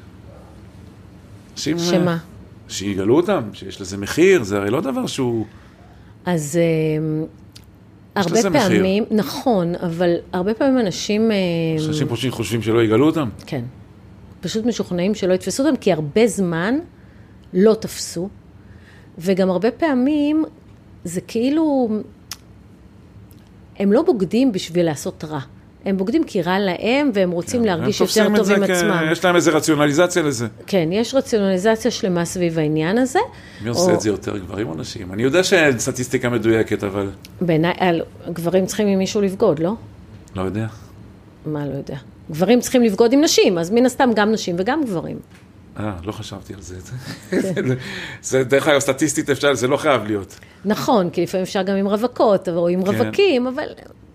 שמה? שיגלו אותם, שיש לזה מחיר, זה הרי לא דבר שהוא... אז הרבה פעמים, נכון, אבל הרבה פעמים אנשים... אנשים פשוט חושבים שלא יגלו אותם? כן. פשוט משוכנעים שלא יתפסו אותם, כי הרבה זמן לא תפסו, וגם הרבה פעמים זה כאילו... הם לא בוגדים בשביל לעשות רע. הם בוגדים כי רע להם, והם רוצים להרגיש יותר טוב עם עצמם. יש להם איזו רציונליזציה לזה. כן, יש רציונליזציה שלמה סביב העניין הזה. מי עושה את זה יותר, גברים או נשים? אני יודע שאין סטטיסטיקה מדויקת, אבל... בעיניי, גברים צריכים עם מישהו לבגוד, לא? לא יודע. מה לא יודע? גברים צריכים לבגוד עם נשים, אז מן הסתם גם נשים וגם גברים. אה, לא חשבתי על זה. זה דרך אגב, סטטיסטית אפשר, זה לא חייב להיות. נכון, כי לפעמים אפשר גם עם רווקות, או עם רווקים, אבל...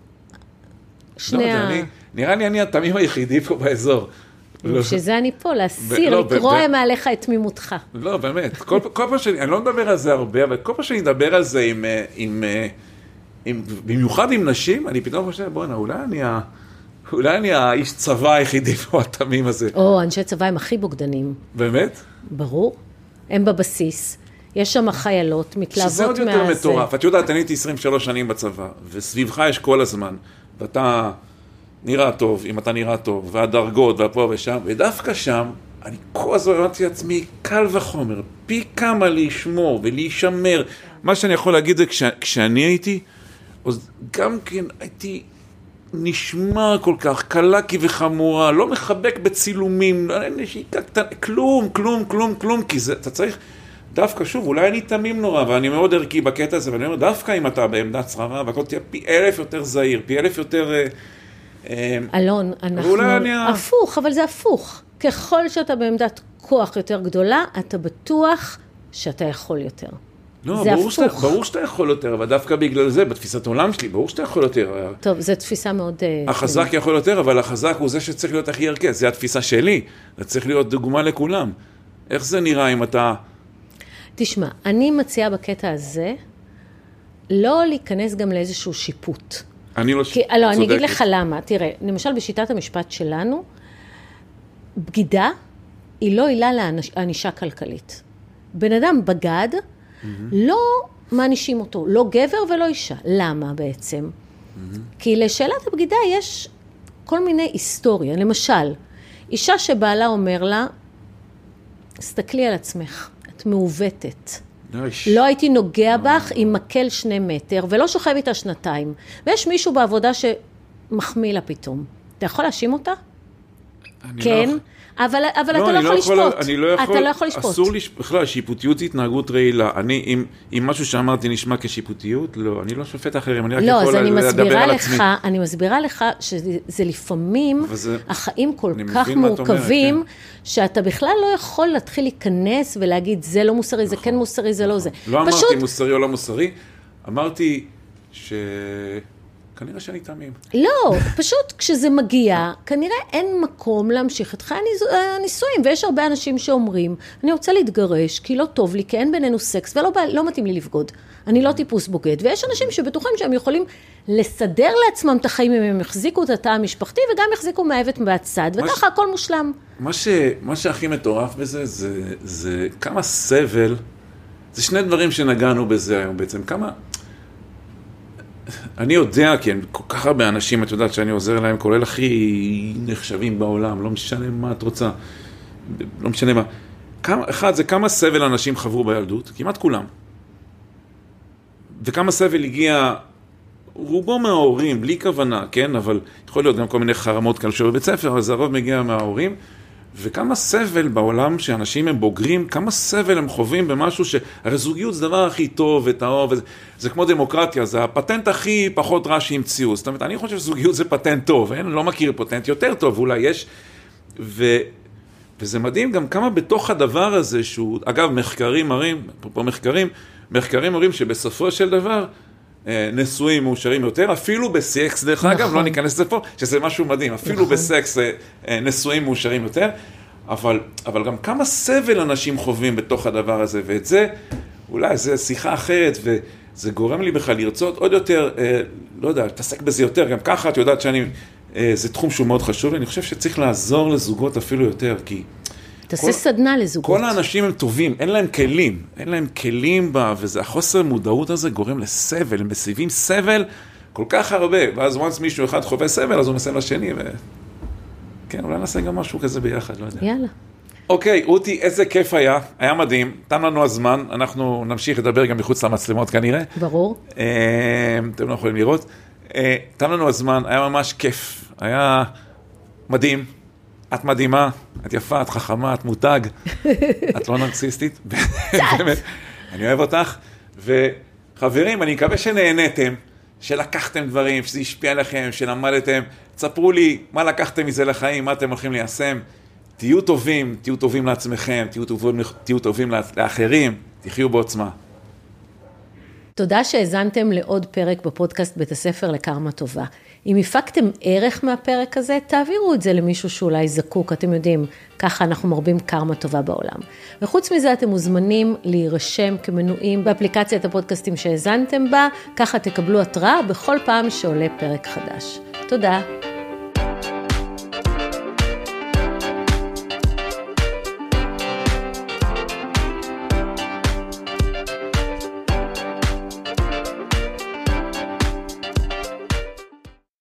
נראה לי אני התמים היחידי פה באזור. שזה אני פה, להסיר, לקרוא מעליך את תמימותך. לא, באמת. כל פעם שאני, אני לא מדבר על זה הרבה, אבל כל פעם שאני מדבר על זה עם, במיוחד עם נשים, אני פתאום חושב, בוא'נה, אולי אני ה... אולי אני האיש צבא היחידי פה, התמים הזה. או, אנשי צבא הם הכי בוגדנים. באמת? ברור. הם בבסיס. יש שם חיילות, מתלהבות מהזה. שזה עוד יותר מטורף. את יודעת, אני הייתי עשרים ושלוש שנים בצבא, וסביבך יש כל הזמן. ואתה נראה טוב, אם אתה נראה טוב, והדרגות, והפה ושם, ודווקא שם, אני כל הזמן אמרתי לעצמי, קל וחומר, פי כמה להשמור ולהישמר. מה שאני יכול להגיד זה, כש, כשאני הייתי, אז גם כן הייתי נשמר כל כך, קלקי וחמורה, לא מחבק בצילומים, כלום, כלום, כלום, כלום, כי זה, אתה צריך, דווקא, שוב, אולי אני תמים נורא, ואני מאוד ערכי בקטע הזה, ואני אומר, דווקא אם אתה בעמדת שררה, והכל תהיה פי אלף יותר זהיר, פי אלף יותר... אלון, אנחנו... הפוך, אבל זה הפוך. ככל שאתה בעמדת כוח יותר גדולה, אתה בטוח שאתה יכול יותר. לא, ברור שאתה, ברור שאתה יכול יותר, אבל דווקא בגלל זה, בתפיסת העולם שלי, ברור שאתה יכול יותר. טוב, זו תפיסה מאוד... החזק יכול יותר, אבל החזק הוא זה שצריך להיות הכי ערכי. זו התפיסה שלי. זה צריך להיות דוגמה לכולם. איך זה נראה אם אתה... תשמע, אני מציעה בקטע הזה, לא להיכנס גם לאיזשהו שיפוט. אני לא כי, לא, אני אגיד לך למה. תראה, למשל בשיטת המשפט שלנו, בגידה היא לא עילה לענישה כלכלית. בן אדם בגד, mm-hmm. לא מענישים אותו, לא גבר ולא אישה. למה בעצם? Mm-hmm. כי לשאלת הבגידה יש כל מיני היסטוריה. למשל, אישה שבעלה אומר לה, סתכלי על עצמך, את מעוותת. נויש. לא הייתי נוגע בך עם מקל שני מטר, ולא שוכב איתה שנתיים. ויש מישהו בעבודה שמחמיא לה פתאום. אתה יכול להאשים אותה? כן. לא... אבל, אבל לא, אתה לא יכול לא לשפוט. אני לא יכול, אתה לא יכול לשפוט. אסור לשפוט. בכלל, שיפוטיות היא התנהגות רעילה. אני, אם, אם משהו שאמרתי נשמע כשיפוטיות, לא, אני לא שופט אחרים, אני רק לא, יכול אני לדבר על לך, עצמי. אני מסבירה לך שזה לפעמים, זה, החיים כל כך מורכבים, אומרת, כן. שאתה בכלל לא יכול להתחיל להיכנס ולהגיד, זה לא מוסרי, נכון, זה כן מוסרי, זה נכון. לא זה. לא פשוט... אמרתי מוסרי או לא מוסרי, אמרתי ש... כנראה שאני תמים. לא, פשוט כשזה מגיע, כנראה אין מקום להמשיך את חיי הנישואים, ויש הרבה אנשים שאומרים, אני רוצה להתגרש, כי לא טוב לי, כי אין בינינו סקס, ולא לא מתאים לי לבגוד. אני לא טיפוס בוגד, ויש אנשים שבטוחים שהם יכולים לסדר לעצמם את החיים, אם הם יחזיקו את התא המשפחתי, וגם יחזיקו מהאבט מהצד, וככה הכל מושלם. מה ש, מה שהכי מטורף בזה, זה, זה כמה סבל, זה שני דברים שנגענו בזה היום בעצם, כמה... אני יודע, כי כל כך הרבה אנשים, את יודעת שאני עוזר להם, כולל הכי נחשבים בעולם, לא משנה מה את רוצה, לא משנה מה. כמה, אחד, זה כמה סבל אנשים חברו בילדות, כמעט כולם. וכמה סבל הגיע, רובו מההורים, בלי כוונה, כן? אבל יכול להיות גם כל מיני חרמות כאלה שבבית ספר, אבל זה הרוב מגיע מההורים. וכמה סבל בעולם שאנשים הם בוגרים, כמה סבל הם חווים במשהו ש... הרי זוגיות זה דבר הכי טוב וטהור, וזה, זה כמו דמוקרטיה, זה הפטנט הכי פחות רע שהמציאו. זאת אומרת, אני חושב שזוגיות זה פטנט טוב, אני לא מכיר פטנט יותר טוב, אולי יש. ו... וזה מדהים גם כמה בתוך הדבר הזה, שהוא, אגב, מחקרים מראים, פה מחקרים, מחקרים מראים שבסופו של דבר, נשואים מאושרים יותר, אפילו בסקס, דרך נכון. אגב, לא ניכנס לזה פה, שזה משהו מדהים, אפילו נכון. בסקס נשואים מאושרים יותר, אבל, אבל גם כמה סבל אנשים חווים בתוך הדבר הזה, ואת זה, אולי זה שיחה אחרת, וזה גורם לי בכלל לרצות עוד יותר, לא יודע, תעסק בזה יותר, גם ככה את יודעת שאני, זה תחום שהוא מאוד חשוב, ואני חושב שצריך לעזור לזוגות אפילו יותר, כי... תעשה סדנה לזוגות. כל האנשים הם טובים, אין להם כלים, אין להם כלים בה, וזה החוסר מודעות הזה גורם לסבל, הם מסיבים סבל כל כך הרבה, ואז once מישהו אחד חווה סבל, אז הוא מסב לשני, ו... כן, אולי נעשה גם משהו כזה ביחד, לא יודע. יאללה. אוקיי, רותי, איזה כיף היה, היה מדהים, תם לנו הזמן, אנחנו נמשיך לדבר גם מחוץ למצלמות כנראה. ברור. אתם לא יכולים לראות. תם לנו הזמן, היה ממש כיף, היה מדהים. את מדהימה, את יפה, את חכמה, את מותג, את לא נרקסיסטית. באמת, אני אוהב אותך. וחברים, אני מקווה שנהנתם, שלקחתם דברים, שזה השפיע עליכם, שלמדתם. תספרו לי מה לקחתם מזה לחיים, מה אתם הולכים ליישם. תהיו טובים, תהיו טובים לעצמכם, תהיו טובים, תהיו טובים לאחרים, תחיו בעוצמה. תודה שהזנתם לעוד פרק בפודקאסט בית הספר לקרמה טובה. אם הפקתם ערך מהפרק הזה, תעבירו את זה למישהו שאולי זקוק, אתם יודעים, ככה אנחנו מרבים קרמה טובה בעולם. וחוץ מזה אתם מוזמנים להירשם כמנויים באפליקציית הפודקאסטים שהזנתם בה, ככה תקבלו התראה בכל פעם שעולה פרק חדש. תודה.